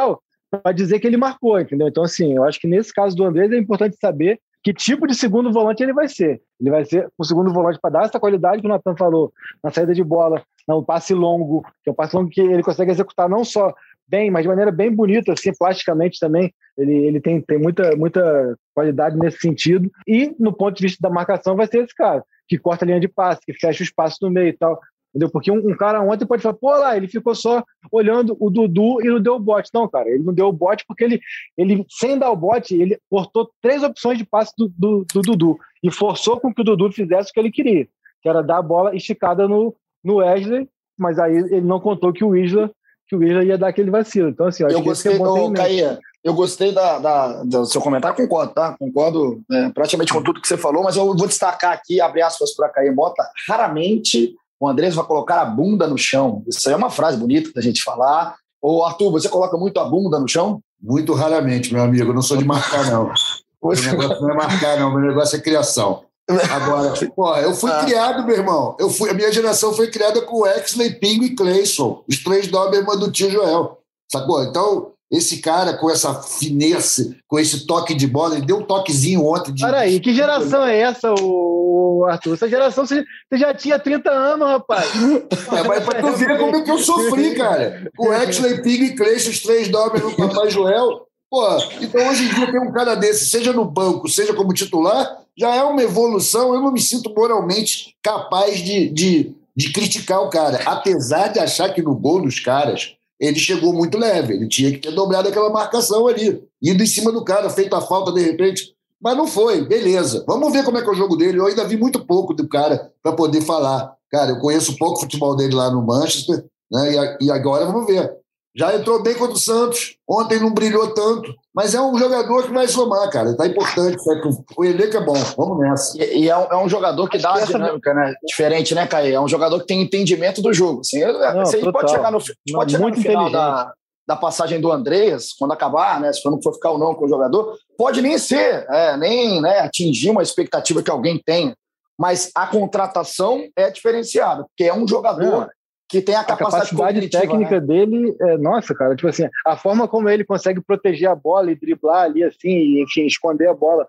para dizer que ele marcou, entendeu? Então, assim, eu acho que nesse caso do Andrés é importante saber que tipo de segundo volante ele vai ser. Ele vai ser um segundo volante para dar essa qualidade que o Nathan falou, na saída de bola, no passe longo, que é um passe longo que ele consegue executar não só bem, mas de maneira bem bonita, assim, plasticamente também. Ele tem muita qualidade nesse sentido. E, no ponto de vista da marcação, vai ser esse cara, que corta a linha de passe, que fecha o espaço no meio e tal. Entendeu? Porque um cara ontem pode falar, pô, lá, ele ficou só olhando o Dudu e não deu o bote. Não, cara, ele não deu o bote porque ele sem dar o bote, ele cortou 3 opções de passe do Dudu e forçou com que o Dudu fizesse o que ele queria, que era dar a bola esticada no Wesley, mas aí ele não contou que o Isla ia dar aquele vacilo. Então, assim, eu gostei, Caia, eu gostei do seu comentário, concordo, tá? Concordo praticamente com tudo que você falou, mas eu vou destacar aqui, abre aspas para Caia Mota, raramente o Andrés vai colocar a bunda no chão. Isso aí é uma frase bonita da gente falar. Ô, Arthur, você coloca muito a bunda no chão? Muito raramente, meu amigo. Eu não sou de marcar, não. O negócio não é marcar, não. O meu negócio é criação. Agora, porra, eu fui criado, meu irmão. A minha geração foi criada com o Exley, Pingo e Cleison. Os 3 Doberman do tio Joel. Sacou? Então, esse cara com essa finesse, com esse toque de bola, ele deu um toquezinho ontem. Peraí, que geração é essa, Arthur? Essa geração você já tinha 30 anos, rapaz. Mas pra tu ver como é que eu sofri, cara. Com o Exley, Pingo e Cleison, os 3 Doberman do Papai Joel. Pô, então hoje em dia tem um cara desse, seja no banco, seja como titular, já é uma evolução. Eu não me sinto moralmente capaz de criticar o cara, apesar de achar que no gol dos caras ele chegou muito leve, ele tinha que ter dobrado aquela marcação ali, indo em cima do cara, feito a falta de repente, mas não foi, beleza. Vamos ver como é que é o jogo dele. Eu ainda vi muito pouco do cara para poder falar. Cara, eu conheço pouco o futebol dele lá no Manchester, né? E agora vamos ver. Já entrou bem contra o Santos, ontem não brilhou tanto, mas é um jogador que vai somar, cara, tá importante, o elenco é bom, vamos nessa. E é um jogador que dá uma dinâmica, né? Diferente, né, Caê? É um jogador que tem entendimento do jogo. Assim, você pode chegar no final da passagem do Andreas, quando acabar, né, se não for ficar ou não com o jogador, pode nem ser, nem atingir uma expectativa que alguém tenha, mas a contratação é diferenciada, porque é um jogador que tem a capacidade técnica dele, nossa, cara, tipo assim, a forma como ele consegue proteger a bola e driblar ali, assim, e, enfim, esconder a bola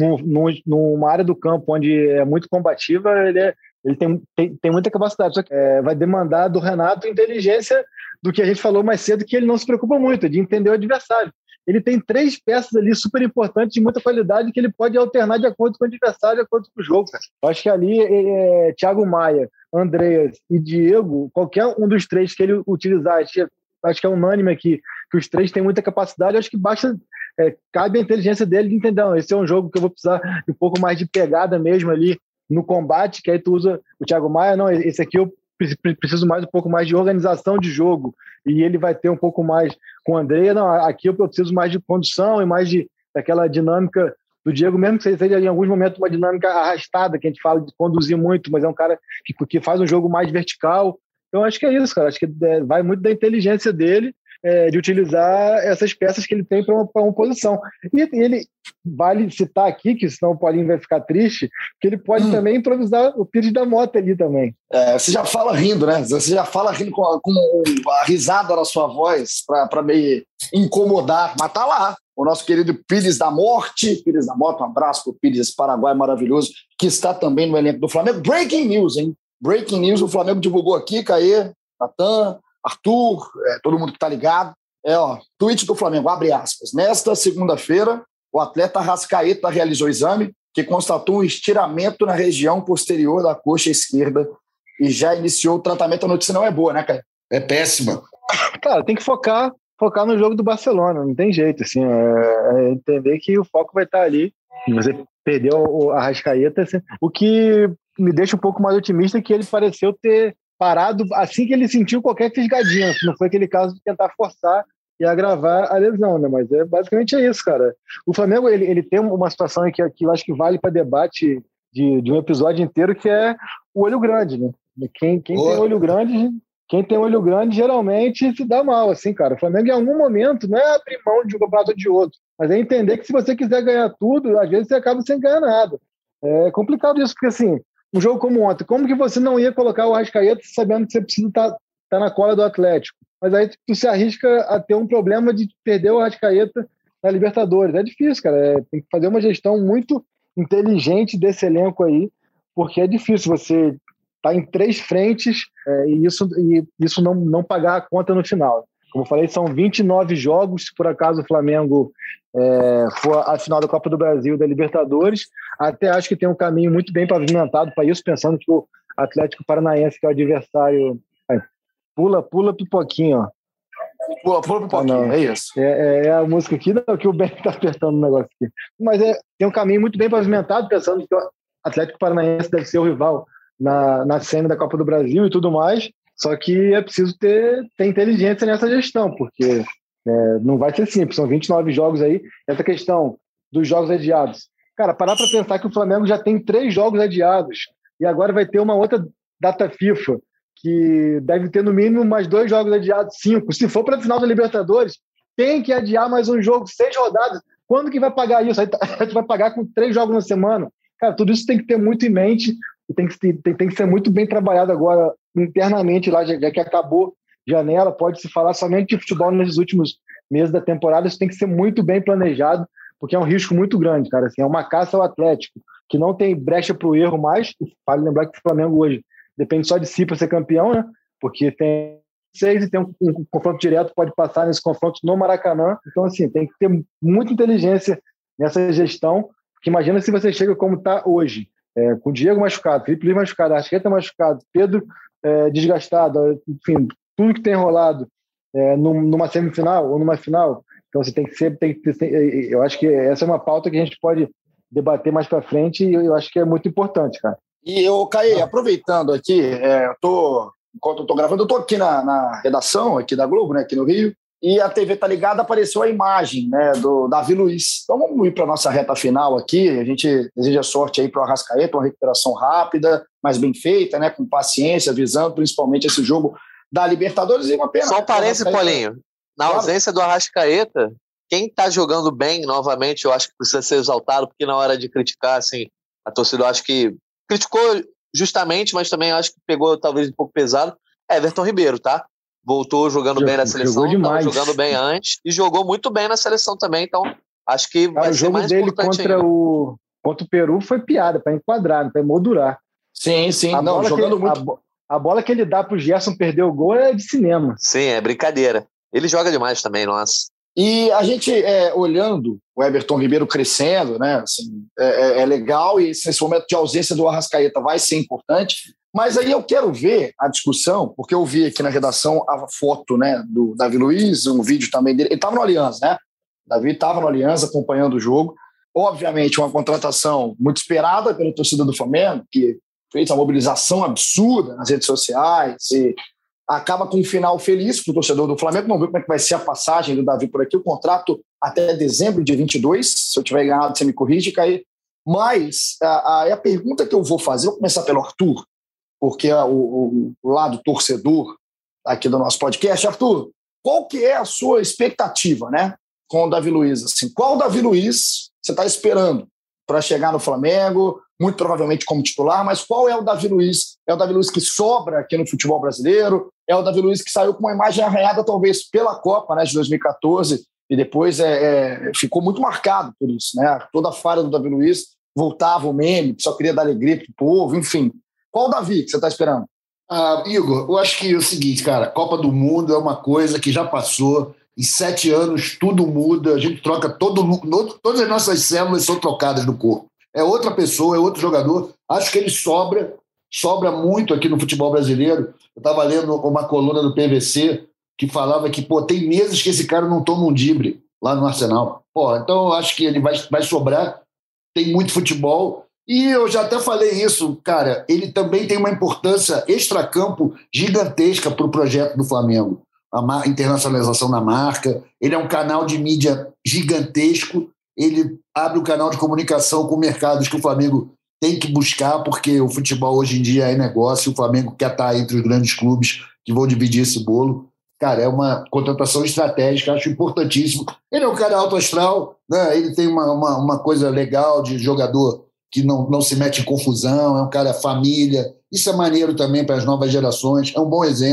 numa área do campo onde é muito combativa, ele tem muita capacidade, só que vai demandar do Renato inteligência do que a gente falou mais cedo, que ele não se preocupa muito, de entender o adversário. Ele tem 3 peças ali super importantes, de muita qualidade, que ele pode alternar de acordo com o adversário, de acordo com o jogo, cara. Eu acho que ali, Thiago Maia, Andreas e Diego, qualquer um dos 3 que ele utilizar, acho que é unânime aqui, que os 3 têm muita capacidade, acho que basta, cabe a inteligência dele de entender, esse é um jogo que eu vou precisar de um pouco mais de pegada mesmo ali no combate, que aí tu usa o Thiago Maia, não, esse aqui eu preciso mais um pouco mais de organização de jogo, e ele vai ter um pouco mais com o André, não, aqui eu preciso mais de condução e mais daquela dinâmica do Diego, mesmo que seja em alguns momentos uma dinâmica arrastada, que a gente fala de conduzir muito, mas é um cara que faz um jogo mais vertical. Então acho que é isso, cara, acho que vai muito da inteligência dele, de utilizar essas peças que ele tem para uma posição. E ele vale citar aqui, que senão o Paulinho vai ficar triste, que ele pode também improvisar o Pires da Mota ali também. Você já fala rindo, né? Você já fala rindo com a risada na sua voz para me incomodar, mas tá lá. O nosso querido Pires da Morte, Pires da Mota, um abraço pro Pires, Paraguai maravilhoso, que está também no elenco do Flamengo. Breaking news, hein? Breaking news, o Flamengo divulgou aqui, Caê, Natan, Arthur, todo mundo que tá ligado. Tweet do Flamengo, abre aspas. Nesta segunda-feira, o atleta Arrascaeta realizou o exame que constatou um estiramento na região posterior da coxa esquerda e já iniciou o tratamento. A notícia não é boa, né, Caê? É péssima. Cara, tem que focar no jogo do Barcelona, não tem jeito, assim, entender que o foco vai estar ali. Você perdeu o Arrascaeta, assim, o que me deixa um pouco mais otimista é que ele pareceu ter parado assim que ele sentiu qualquer fisgadinha, não foi aquele caso de tentar forçar e agravar a lesão, né? Mas basicamente é isso, cara. O Flamengo, ele tem uma situação que eu acho que vale para debate de um episódio inteiro, que é o olho grande, né? Quem tem olho grande geralmente se dá mal, assim, cara. O Flamengo, em algum momento, não é abrir mão de um campeonato ou de outro, mas é entender que se você quiser ganhar tudo, às vezes você acaba sem ganhar nada. É complicado isso, porque, assim, um jogo como ontem, como que você não ia colocar o Arrascaeta sabendo que você precisa estar tá na cola do Atlético. Mas aí tu se arrisca a ter um problema de perder o Arrascaeta na Libertadores. É difícil, cara. Tem que fazer uma gestão muito inteligente desse elenco aí, porque é difícil você estar em 3 frentes e isso não pagar a conta no final. Como eu falei, são 29 jogos. Se por acaso o Flamengo for a final da Copa do Brasil e da Libertadores, até acho que tem um caminho muito bem pavimentado para isso, pensando que o Atlético Paranaense, que é o adversário... Pula pipoquinho, ó. Pula pipoquinho, é isso. É a música aqui, não, que o Ben tá apertando o negócio aqui. Mas tem um caminho muito bem pavimentado, pensando que o Atlético Paranaense deve ser o rival na semi da Copa do Brasil e tudo mais, só que é preciso ter inteligência nessa gestão, porque não vai ser simples, são 29 jogos aí. Essa questão dos jogos adiados. Cara, parar para pensar que o Flamengo já tem 3 jogos adiados e agora vai ter uma outra data FIFA, que deve ter no mínimo mais 2 jogos adiados, 5. Se for para a final da Libertadores, tem que adiar mais um jogo, 6 rodadas. Quando que vai pagar isso? Aí a gente vai pagar com 3 jogos na semana. Cara, tudo isso tem que ter muito em mente, tem que ser muito bem trabalhado agora internamente lá, já que acabou janela, pode se falar somente de futebol nesses últimos meses da temporada, isso tem que ser muito bem planejado, porque é um risco muito grande, cara. Assim, é uma caça ao Atlético, que não tem brecha para o erro mais. Vale lembrar que o Flamengo hoje depende só de si para ser campeão, né? Porque tem 6 e tem um confronto direto, pode passar nesse confronto no Maracanã. Então, assim, tem que ter muita inteligência nessa gestão, porque imagina se você chega como está hoje, com o Diego machucado, Felipe Luiz machucado, Arrascaeta machucado, Pedro desgastado, enfim, tudo que tem rolado numa semifinal ou numa final. Então, você tem que ser... eu acho que essa é uma pauta que a gente pode debater mais para frente e eu acho que é muito importante, cara. E eu, Caê, aproveitando aqui, enquanto eu estou gravando, eu estou aqui na redação aqui da Globo, né, aqui no Rio, e a TV tá ligada, apareceu a imagem, né, do Davi Luiz. Então vamos ir para a nossa reta final aqui. A gente deseja sorte aí para o Arrascaeta, uma recuperação rápida, mas bem feita, né, com paciência, visando principalmente esse jogo da Libertadores. E uma pena. Só um parênteses, Paulinho. Na ausência do Arrascaeta, quem está jogando bem novamente, eu acho que precisa ser exaltado, porque na hora de criticar, assim, a torcida, eu acho que criticou justamente, mas também acho que pegou talvez um pouco pesado. Everton Ribeiro, tá? Voltou jogando bem na seleção, estava jogando bem antes e jogou muito bem na seleção também, então acho que vai ser mais importante. O jogo dele contra o Peru foi piada, para enquadrar, para emoldurar. Sim, jogando muito. A bola que ele dá pro Gerson perder o gol é de cinema. Sim, é brincadeira. Ele joga demais também, nossa. E a gente, olhando o Everton Ribeiro crescendo, né, assim, é legal, e esse momento de ausência do Arrascaeta vai ser importante, mas aí eu quero ver a discussão, porque eu vi aqui na redação a foto, né, do Davi Luiz, um vídeo também dele, ele estava no Allianz, né? O Davi estava no Allianz acompanhando o jogo, obviamente uma contratação muito esperada pela torcida do Flamengo, que fez uma mobilização absurda nas redes sociais e acaba com um final feliz para o torcedor do Flamengo. Vamos ver como é que vai ser a passagem do Davi por aqui. O contrato até dezembro de 22. Se eu tiver enganado, você me corrige, Caí. Mas a pergunta que eu vou fazer, vou começar pelo Arthur, porque é o lado torcedor aqui do nosso podcast. Arthur, qual que é a sua expectativa, né, com o Davi Luiz? Assim, qual Davi Luiz você está esperando para chegar no Flamengo? Muito provavelmente como titular, mas qual é o Davi Luiz? É o Davi Luiz que sobra aqui no futebol brasileiro? É o Davi Luiz que saiu com uma imagem arranhada talvez pela Copa, né, de 2014 e depois ficou muito marcado por isso, né? Toda a falha do Davi Luiz voltava o meme, só queria dar alegria para o povo, enfim. Qual o Davi que você está esperando? Igor, eu acho que é o seguinte, cara, Copa do Mundo é uma coisa que já passou, em 7 anos tudo muda, a gente troca todas as nossas células são trocadas no corpo. É outra pessoa, é outro jogador. Acho que ele sobra muito aqui no futebol brasileiro. Eu estava lendo uma coluna do PVC que falava que, tem meses que esse cara não toma um drible lá no Arsenal. Então eu acho que ele vai sobrar. Tem muito futebol. E eu já até falei isso, cara, ele também tem uma importância extracampo gigantesca para o projeto do Flamengo. A internacionalização da marca. Ele é um canal de mídia gigantesco. Ele abre o canal de comunicação com mercados que o Flamengo tem que buscar, porque o futebol hoje em dia é negócio, o Flamengo quer estar entre os grandes clubes que vão dividir esse bolo. Cara, é uma contratação estratégica, acho importantíssimo. Ele é um cara alto astral, né? Ele tem uma coisa legal de jogador que não se mete em confusão, é um cara família. Isso é maneiro também para as novas gerações, é um bom exemplo.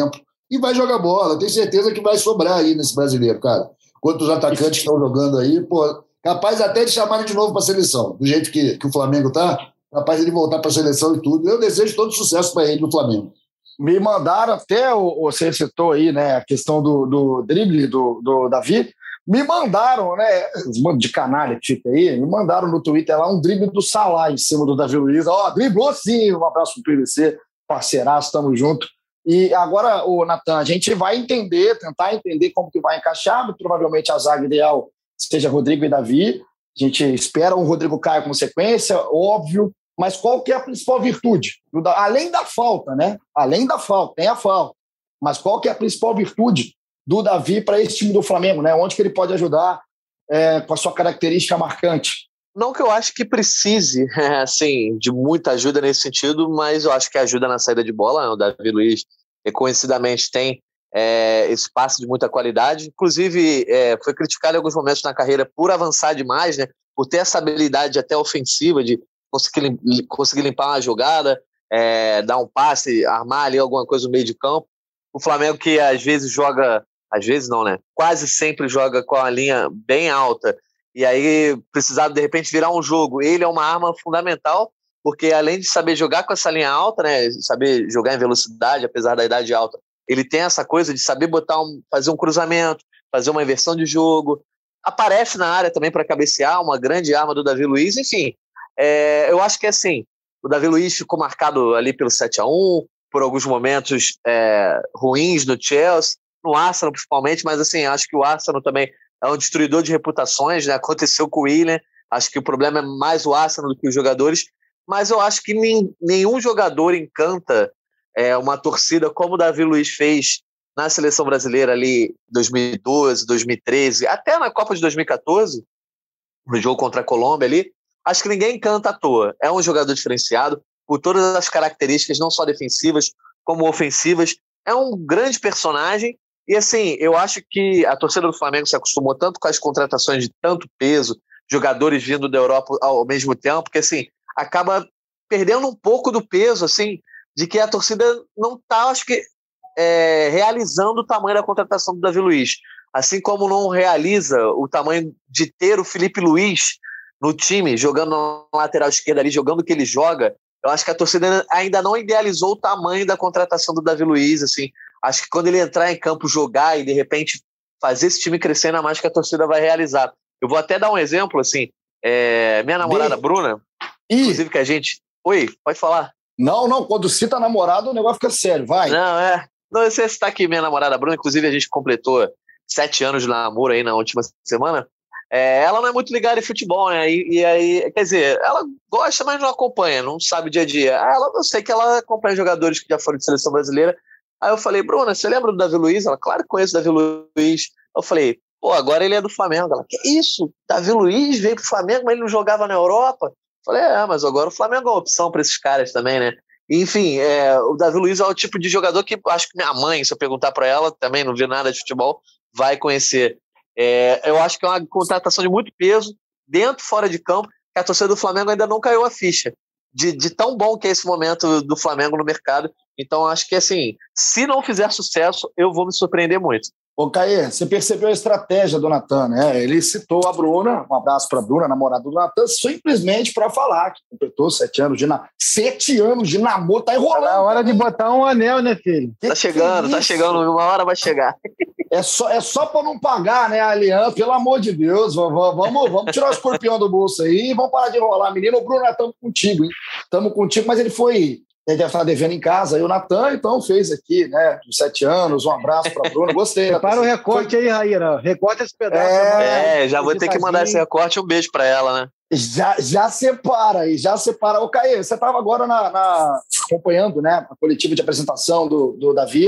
e vai jogar bola. Eu tenho certeza que vai sobrar aí nesse brasileiro, cara. Quanto os atacantes que estão jogando aí, pô, capaz até de chamarem de novo para a seleção. Do jeito que o Flamengo tá, capaz de ele voltar para a seleção e tudo. Eu desejo todo sucesso para ele no Flamengo. Me mandaram até, você citou aí, né, a questão do drible do Davi. Me mandaram, né, de canalha que fica aí, me mandaram no Twitter lá um drible do Salah em cima do Davi Luiz. Ó, driblou sim, um abraço pro PVC, parceiraço, tamo junto. E agora, Natan, a gente vai tentar entender como que vai encaixar, provavelmente a zaga ideal seja Rodrigo e Davi, a gente espera o Rodrigo Caio como sequência, óbvio, mas qual que é a principal virtude? Além da falta, né? Além da falta, tem a falta, mas qual que é a principal virtude do Davi para esse time do Flamengo, né? Onde que ele pode ajudar com a sua característica marcante? Não que eu acho que precise, assim, de muita ajuda nesse sentido, mas eu acho que ajuda na saída de bola. O Davi Luiz reconhecidamente tem esse passe de muita qualidade. Inclusive, foi criticado em alguns momentos na carreira por avançar demais, né? Por ter essa habilidade até ofensiva de conseguir limpar uma jogada, dar um passe, armar ali alguma coisa no meio de campo. O Flamengo que às vezes joga, às vezes não, né? Quase sempre joga com a linha bem alta, e aí precisar de repente virar um jogo. Ele é uma arma fundamental, porque além de saber jogar com essa linha alta, né, saber jogar em velocidade, apesar da idade alta, ele tem essa coisa de saber fazer um cruzamento, fazer uma inversão de jogo, aparece na área também para cabecear, uma grande arma do Davi Luiz. Enfim, eu acho que assim, o Davi Luiz ficou marcado ali pelo 7-1, por alguns momentos ruins no Chelsea, no Arsenal principalmente, mas assim, acho que o Arsenal também é um destruidor de reputações, né? Aconteceu com o Willian, acho que o problema é mais o Arsenal do que os jogadores, mas eu acho que nenhum jogador encanta uma torcida como o Davi Luiz fez na seleção brasileira ali 2012, 2013, até na Copa de 2014, no jogo contra a Colômbia ali. Acho que ninguém encanta à toa. É um jogador diferenciado por todas as características, não só defensivas, como ofensivas. É um grande personagem. E assim, eu acho que a torcida do Flamengo se acostumou tanto com as contratações de tanto peso, jogadores vindo da Europa ao mesmo tempo, que assim, acaba perdendo um pouco do peso, assim, de que a torcida não está, acho que, realizando o tamanho da contratação do Davi Luiz. Assim como não realiza o tamanho de ter o Felipe Luiz no time, jogando na lateral esquerda ali, jogando o que ele joga. Eu acho que a torcida ainda não idealizou o tamanho da contratação do Davi Luiz, assim. Acho que quando ele entrar em campo, jogar e, de repente, fazer esse time crescer, ainda mais que a torcida vai realizar. Eu vou até dar um exemplo, assim. Minha namorada, Bruna, inclusive que a gente... Oi, pode falar. Não, quando cita namorado, o negócio fica sério, vai. Não, eu sei citar aqui minha namorada, Bruna, inclusive a gente completou 7 anos de namoro aí na última semana. Ela não é muito ligada em futebol, né? E aí, quer dizer, ela gosta, mas não acompanha, não sabe dia a dia. Eu sei que ela acompanha jogadores que já foram de seleção brasileira. Aí eu falei, Bruna, você lembra do Davi Luiz? Ela, claro que conheço o Davi Luiz. Eu falei, pô, agora ele é do Flamengo. Ela, que isso? Davi Luiz veio pro Flamengo, mas ele não jogava na Europa? Eu falei, mas agora o Flamengo é uma opção para esses caras também, né? Enfim, o Davi Luiz é o tipo de jogador que acho que minha mãe, se eu perguntar para ela, também não viu nada de futebol, vai conhecer. Eu acho que é uma contratação de muito peso, dentro e fora de campo, que a torcida do Flamengo ainda não caiu a ficha, de tão bom que é esse momento do Flamengo no mercado. Então, acho que, assim, se não fizer sucesso, eu vou me surpreender muito. Ô, Caê, você percebeu a estratégia do Natan, né? Ele citou a Bruna, um abraço para a Bruna, namorada do Natan, simplesmente para falar que completou 7 anos de namoro. 7 anos de namoro, tá enrolando. É hora de botar um anel, né, filho? Tá chegando, uma hora vai chegar. É só para não pagar, né, a aliança, pelo amor de Deus. Vamos tirar o escorpião do bolso aí e vamos parar de enrolar. Menino, o Bruno, estamos contigo, hein? Estamos contigo, mas ele deve estar devendo em casa. E o Natan, então, fez aqui, né, de 7 anos, um abraço para a Bruna. Gostei. Para o recorte aí, Raíra. Recorte esse pedaço. Já vou ter que mandar esse recorte. Um beijo para ela, né? Já separa aí, já separa. Ô, Caê, você estava agora acompanhando, né, a coletiva de apresentação do Davi,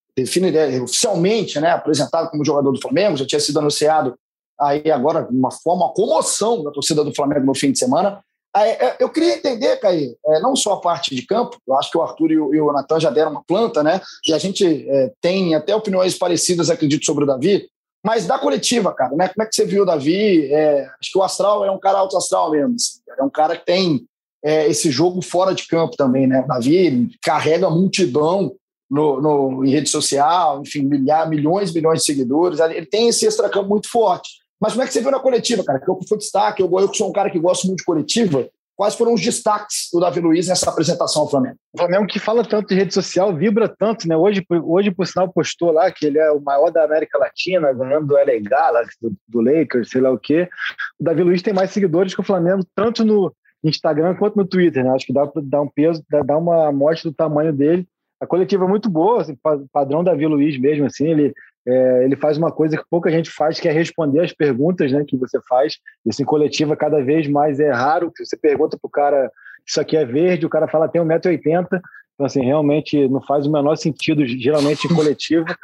oficialmente, né, apresentado como jogador do Flamengo, já tinha sido anunciado aí agora de uma comoção da torcida do Flamengo no fim de semana. Eu queria entender, Caí, não só a parte de campo, eu acho que o Arthur e o Natan já deram uma planta, né? E a gente tem até opiniões parecidas, acredito, sobre o Davi, mas da coletiva, cara, né? Como é que você viu o Davi? Acho que o Astral é um cara alto astral mesmo, assim, é um cara que tem esse jogo fora de campo também, né? O Davi carrega a multidão em rede social, enfim, milhões de seguidores. Ele tem esse extracampo muito forte. Mas como é que você viu na coletiva, cara? Que foi destaque, eu que sou um cara que gosto muito de coletiva, quais foram os destaques do Davi Luiz nessa apresentação ao Flamengo? O Flamengo que fala tanto de rede social, vibra tanto, né? Hoje por sinal, postou lá que ele é o maior da América Latina, ganhando do LA Galaxy, do Lakers, sei lá o quê. O Davi Luiz tem mais seguidores que o Flamengo, tanto no Instagram quanto no Twitter, né? Acho que dá para dar um peso, dar uma amostra do tamanho dele. A coletiva é muito boa, assim, padrão Davi Luiz mesmo, assim, ele faz uma coisa que pouca gente faz, que é responder as perguntas, né, que você faz. Isso em coletiva cada vez mais é raro, que você pergunta pro cara, isso aqui é verde, o cara fala, tem 1,80 m. Então, assim, realmente não faz o menor sentido, geralmente, em coletiva.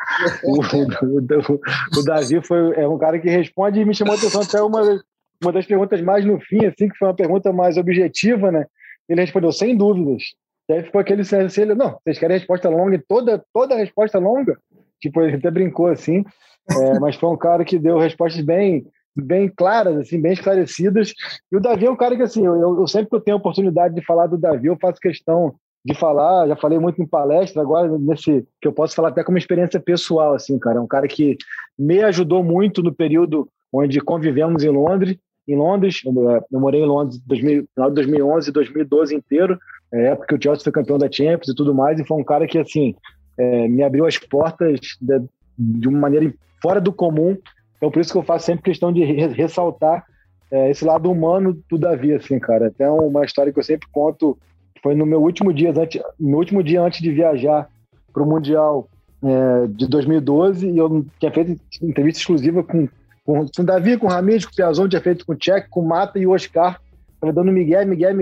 O Davi é um cara que responde, e me chamou a atenção até uma das perguntas mais no fim, assim, que foi uma pergunta mais objetiva, né? Ele respondeu, sem dúvidas. E aí ficou aquele silêncio, não, vocês querem resposta longa e toda resposta longa? Tipo, ele até brincou assim, mas foi um cara que deu respostas bem claras, assim, bem esclarecidas. E o Davi é um cara que, assim, eu sempre que eu tenho a oportunidade de falar do Davi, eu faço questão de falar, já falei muito em palestra, agora nesse que eu posso falar até como experiência pessoal, assim, cara. É um cara que me ajudou muito no período onde convivemos em Londres. Eu morei em Londres no final de 2011 e 2012 inteiro, época que o Chelsea foi campeão da Champions e tudo mais, e foi um cara que, assim, me abriu as portas de uma maneira fora do comum. Então, por isso que eu faço sempre questão de ressaltar esse lado humano do Davi, assim, cara. Até uma história que eu sempre conto, foi no meu último dia antes de viajar para o Mundial de 2012, e eu tinha feito entrevista exclusiva com o Davi, com o Ramires, com o Piazon, tinha feito com o Tchek, com o Mata e o Oscar, dando Miguel,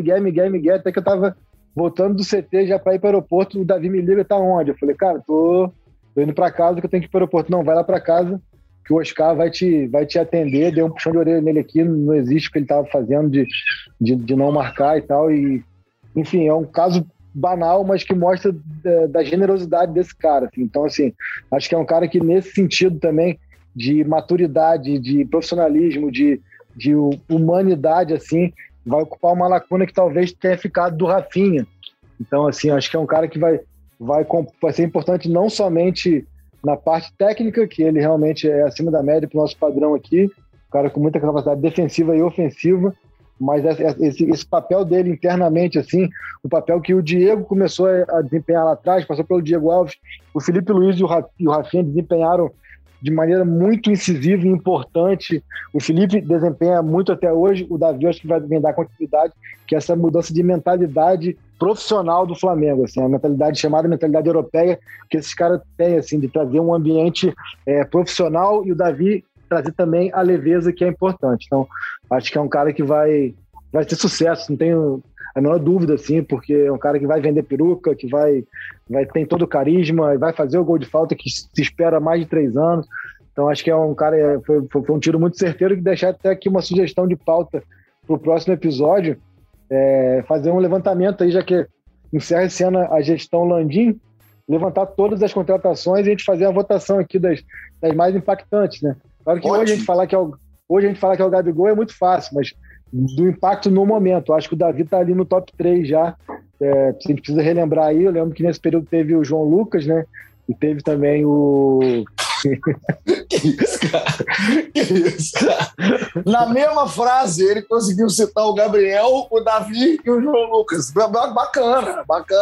até que eu tava voltando do CT já para ir para o aeroporto. O Davi me liga, tá onde? Eu falei, cara, tô indo para casa que eu tenho que ir para o aeroporto. Não, vai lá para casa que o Oscar vai te atender. Dei um puxão de orelha nele aqui, não existe o que ele estava fazendo de não marcar e tal. E, enfim, é um caso banal, mas que mostra da generosidade desse cara. Assim. Então, assim, acho que é um cara que, nesse sentido também, de maturidade, de profissionalismo, de humanidade, assim, vai ocupar uma lacuna que talvez tenha ficado do Rafinha. Então, assim, acho que é um cara que vai ser importante não somente na parte técnica, que ele realmente é acima da média para o nosso padrão aqui, um cara com muita capacidade defensiva e ofensiva, mas esse papel dele internamente, assim, o papel que o Diego começou a desempenhar lá atrás, passou pelo Diego Alves, o Felipe Luiz e o Rafinha desempenharam de maneira muito incisiva e importante. O Felipe desempenha muito até hoje, o Davi acho que vai dar continuidade, que é essa mudança de mentalidade profissional do Flamengo, assim, a mentalidade chamada mentalidade europeia, que esses caras têm, assim, de trazer um ambiente profissional, e o Davi trazer também a leveza, que é importante. Então, acho que é um cara que vai ter sucesso, não tenho a menor dúvida, assim, porque é um cara que vai vender peruca, que vai ter todo o carisma, e vai fazer o gol de falta que se espera há mais de 3 anos. Então, acho que é um cara, foi um tiro muito certeiro, que deixar até aqui uma sugestão de pauta para o próximo episódio, fazer um levantamento aí, já que encerra esse ano a gestão Landim, levantar todas as contratações e a gente fazer uma votação aqui das mais impactantes, né? Claro que hoje a gente falar que é o Gabigol é muito fácil, mas do impacto no momento, acho que o Davi tá ali no top 3 já. A gente precisa relembrar aí, eu lembro que nesse período teve o João Lucas, né? E teve também o... Que isso, cara? Na mesma frase, ele conseguiu citar o Gabriel, o Davi e o João Lucas. Bacana.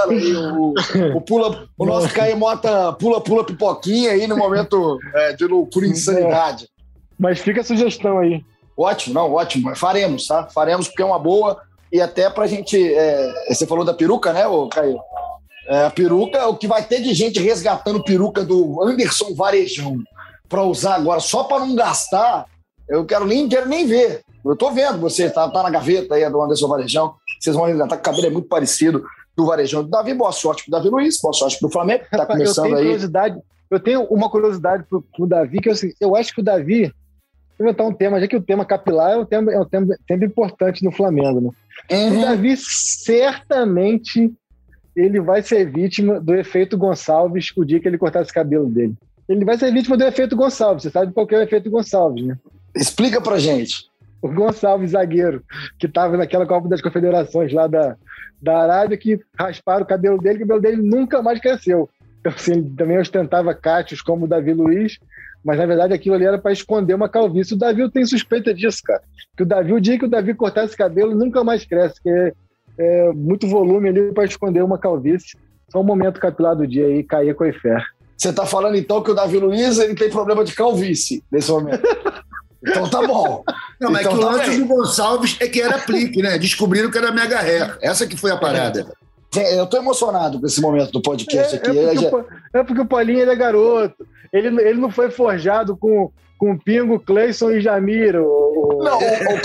E o nosso Caio Mota pula pipoquinha aí no momento de loucura e insanidade. Mas fica a sugestão aí. Ótimo. Faremos, tá? Faremos porque é uma boa. E até pra gente... você falou da peruca, né, Caio? A peruca, o que vai ter de gente resgatando peruca do Anderson Varejão para usar agora, só para não gastar, eu quero nem ver. Eu tô vendo você, tá na gaveta aí do Anderson Varejão, vocês vão resgatar, que o cabelo é muito parecido do Varejão do Davi. Boa sorte pro Davi Luiz, boa sorte pro Flamengo, que tá começando aí. Eu tenho uma curiosidade pro Davi, que eu acho que o Davi, vou inventar um tema, já que o tema capilar é um tema sempre importante no Flamengo, né? Uhum. O Davi certamente... ele vai ser vítima do efeito Gonçalves o dia que ele cortar esse cabelo dele. Ele vai ser vítima do efeito Gonçalves. Você sabe qual que é o efeito Gonçalves, né? Explica pra gente. O Gonçalves, zagueiro, que estava naquela Copa das Confederações lá da Arábia, que rasparam o cabelo dele nunca mais cresceu. Então, assim, ele também ostentava cachos como o Davi Luiz, mas na verdade aquilo ali era para esconder uma calvície. O Davi tem suspeita disso, cara. Que o dia que o Davi cortar esse cabelo, nunca mais cresce, porque é muito volume ali para esconder uma calvície. Só um momento capilar do dia aí, cair com a fé. Você tá falando então que o Davi Luiz ele tem problema de calvície nesse momento. Então tá bom. Não, mas então, que o lance do Gonçalves é que era aplique, né? Descobriram que era mega hair. Essa que foi a parada. Eu tô emocionado com esse momento do podcast aqui. É porque o Paulinho ele é garoto. Ele não foi forjado com Pingo, Cleison e Jamir. Não,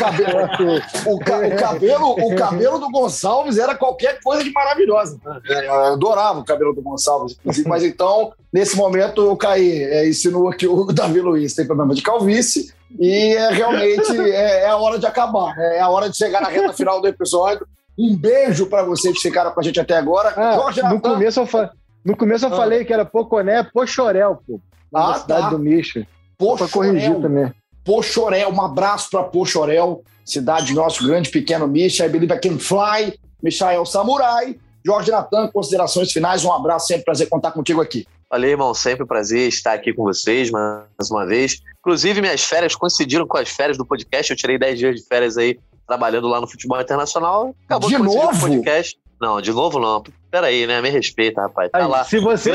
o cabelo do Gonçalves era qualquer coisa de maravilhosa. Eu adorava o cabelo do Gonçalves, inclusive. Mas então, nesse momento, o Caí insinua que o Davi Luiz tem problema de calvície e realmente é a hora de acabar. É a hora de chegar na reta final do episódio. Um beijo para vocês que ficaram com a gente até agora. No começo eu falei que era Poconé, Pochorel, pô. Na cidade do Misha. Para corrigir também. Pochorel, um abraço para Pochorel, cidade do nosso grande pequeno Misha. I believe I can fly. Michael Samurai. Jorge Natan, considerações finais. Um abraço, sempre prazer contar contigo aqui. Valeu, irmão. Sempre um prazer estar aqui com vocês mais uma vez. Inclusive, minhas férias coincidiram com as férias do podcast. Eu tirei 10 dias de férias aí, trabalhando lá no futebol internacional. Acabou de novo? O podcast. Não, de novo não. Peraí, né? Me respeita, rapaz. Tá lá. Se você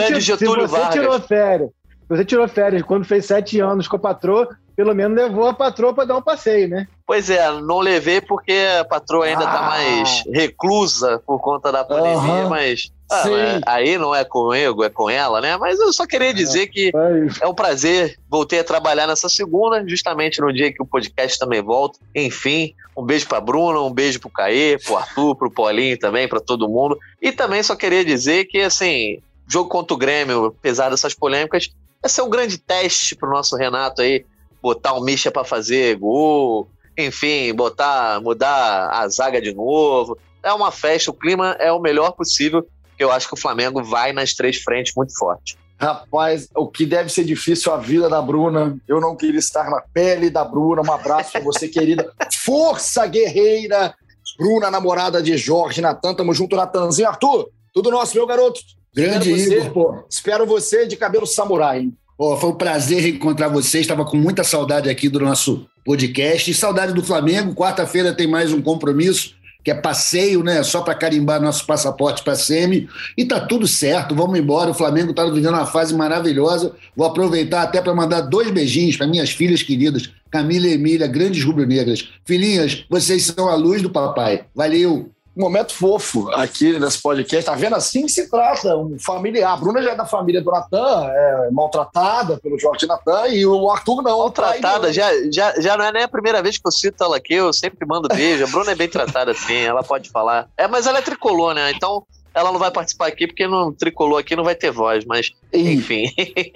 tirou férias quando fez 7 anos com a patroa, pelo menos levou a patroa para dar um passeio, né? Pois é, não levei porque a patroa ainda tá mais reclusa por conta da pandemia, mas aí não é comigo, é com ela, né? Mas eu só queria dizer que é um prazer. Voltei a trabalhar nessa segunda, justamente no dia que o podcast também volta. Enfim, um beijo pra Bruna, um beijo pro Caê, pro Arthur, pro Paulinho também, pra todo mundo. E também só queria dizer que, assim, jogo contra o Grêmio, apesar dessas polêmicas, vai ser um grande teste pro nosso Renato aí, botar o Misha pra fazer gol, enfim, mudar a zaga de novo. É uma festa, o clima é o melhor possível, porque eu acho que o Flamengo vai nas 3 frentes muito forte. Rapaz, o que deve ser difícil a vida da Bruna. Eu não queria estar na pele da Bruna. Um abraço pra você, querida. Força guerreira. Bruna, namorada de Jorge Natan. Tamo junto, Natanzinho. Arthur, tudo nosso, meu garoto. Grande Igor, pô. Espero você de cabelo samurai, hein? Pô, foi um prazer reencontrar vocês. Estava com muita saudade aqui do nosso podcast. E saudade do Flamengo. Quarta-feira tem mais um compromisso, que é passeio, né? Só para carimbar nosso passaporte para a SEMI. E tá tudo certo, vamos embora. O Flamengo está vivendo uma fase maravilhosa. Vou aproveitar até para mandar 2 beijinhos para minhas filhas queridas, Camila e Emília, grandes rubro-negras. Filhinhas, vocês são a luz do papai. Valeu! Momento fofo aqui nesse podcast. Tá vendo? Assim que se trata, um familiar. A Bruna já é da família do Natan, é maltratada pelo Jorge Natan, e o Arthur não. Maltratada, já não é nem a primeira vez que eu cito ela aqui, eu sempre mando beijo. A Bruna é bem tratada assim, ela pode falar. Mas ela é tricolor, né? Então ela não vai participar aqui porque no tricolor aqui não vai ter voz, mas enfim.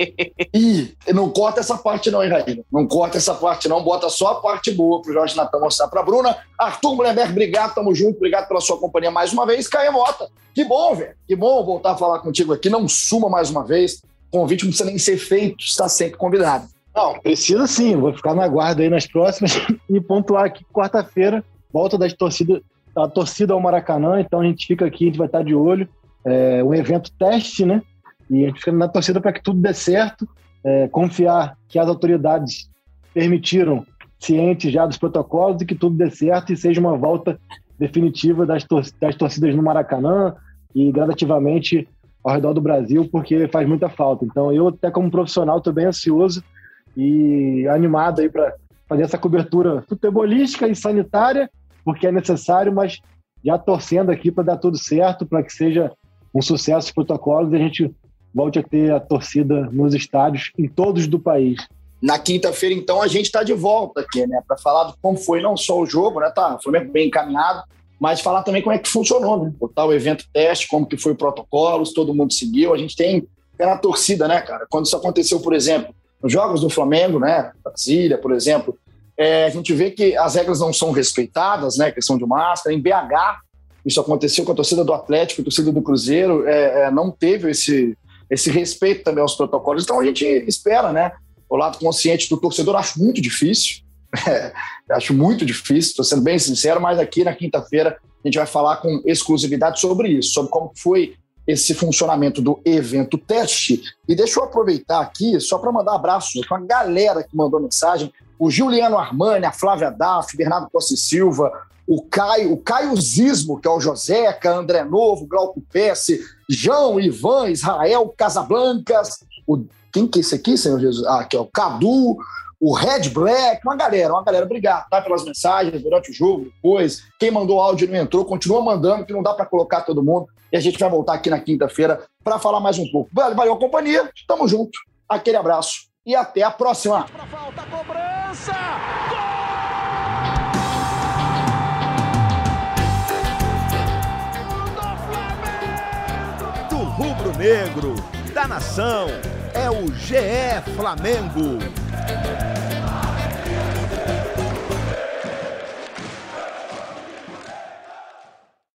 Não corta essa parte não, hein, Raíla? Não corta essa parte não, bota só a parte boa pro Jorge Natan mostrar pra Bruna. Arthur Mullenberg, obrigado, tamo junto, obrigado pela sua companhia mais uma vez. Caê Mota, que bom, velho, que bom voltar a falar contigo aqui, não suma mais uma vez, o convite não precisa nem ser feito, está sempre convidado. Não, precisa sim, vou ficar na guarda aí nas próximas e pontuar aqui quarta-feira, volta da torcida ao Maracanã, então a gente fica aqui, a gente vai estar de olho, um evento teste, né? E a gente fica na torcida para que tudo dê certo, confiar que as autoridades permitiram, cientes já dos protocolos, e que tudo dê certo e seja uma volta definitiva das torcidas no Maracanã e gradativamente ao redor do Brasil, porque faz muita falta. Então eu, até como profissional, estou bem ansioso e animado aí para fazer essa cobertura futebolística e sanitária, porque é necessário, mas já torcendo aqui para dar tudo certo, para que seja um sucesso os protocolos e a gente volte a ter a torcida nos estádios em todos do país. Na quinta-feira, então, a gente está de volta aqui, né? Para falar de como foi não só o jogo, né? Tá, o Flamengo bem encaminhado, mas falar também como é que funcionou, né? Botar o evento teste, como que foi o protocolo, se todo mundo seguiu. A gente tem na torcida, né, cara? Quando isso aconteceu, por exemplo, nos jogos do Flamengo, né? Brasília, por exemplo, a gente vê que as regras não são respeitadas, né? Questão de máscara. Em BH, isso aconteceu com a torcida do Atlético, a torcida do Cruzeiro, não teve esse respeito também aos protocolos. Então a gente espera, né? O lado consciente do torcedor, acho muito difícil. Acho muito difícil, estou sendo bem sincero, mas aqui na quinta-feira a gente vai falar com exclusividade sobre isso, sobre como foi esse funcionamento do evento teste. E deixa eu aproveitar aqui só para mandar abraço com a galera que mandou mensagem. O Juliano Armani, a Flávia Daff, Bernardo Costa e Silva, o Caio Zismo, que é o Joseca, André Novo, Glauco Pesce, João, Ivan, Israel, Casablancas, quem que é esse aqui, Senhor Jesus? Aqui é o Cadu, o Red Black, uma galera, obrigado, tá, pelas mensagens durante o jogo, depois, quem mandou áudio e não entrou, continua mandando, que não dá para colocar todo mundo, e a gente vai voltar aqui na quinta-feira para falar mais um pouco. Valeu a companhia, tamo junto, aquele abraço e até a próxima. Falta, cobrança! Do rubro-negro, da nação, é o GE Flamengo.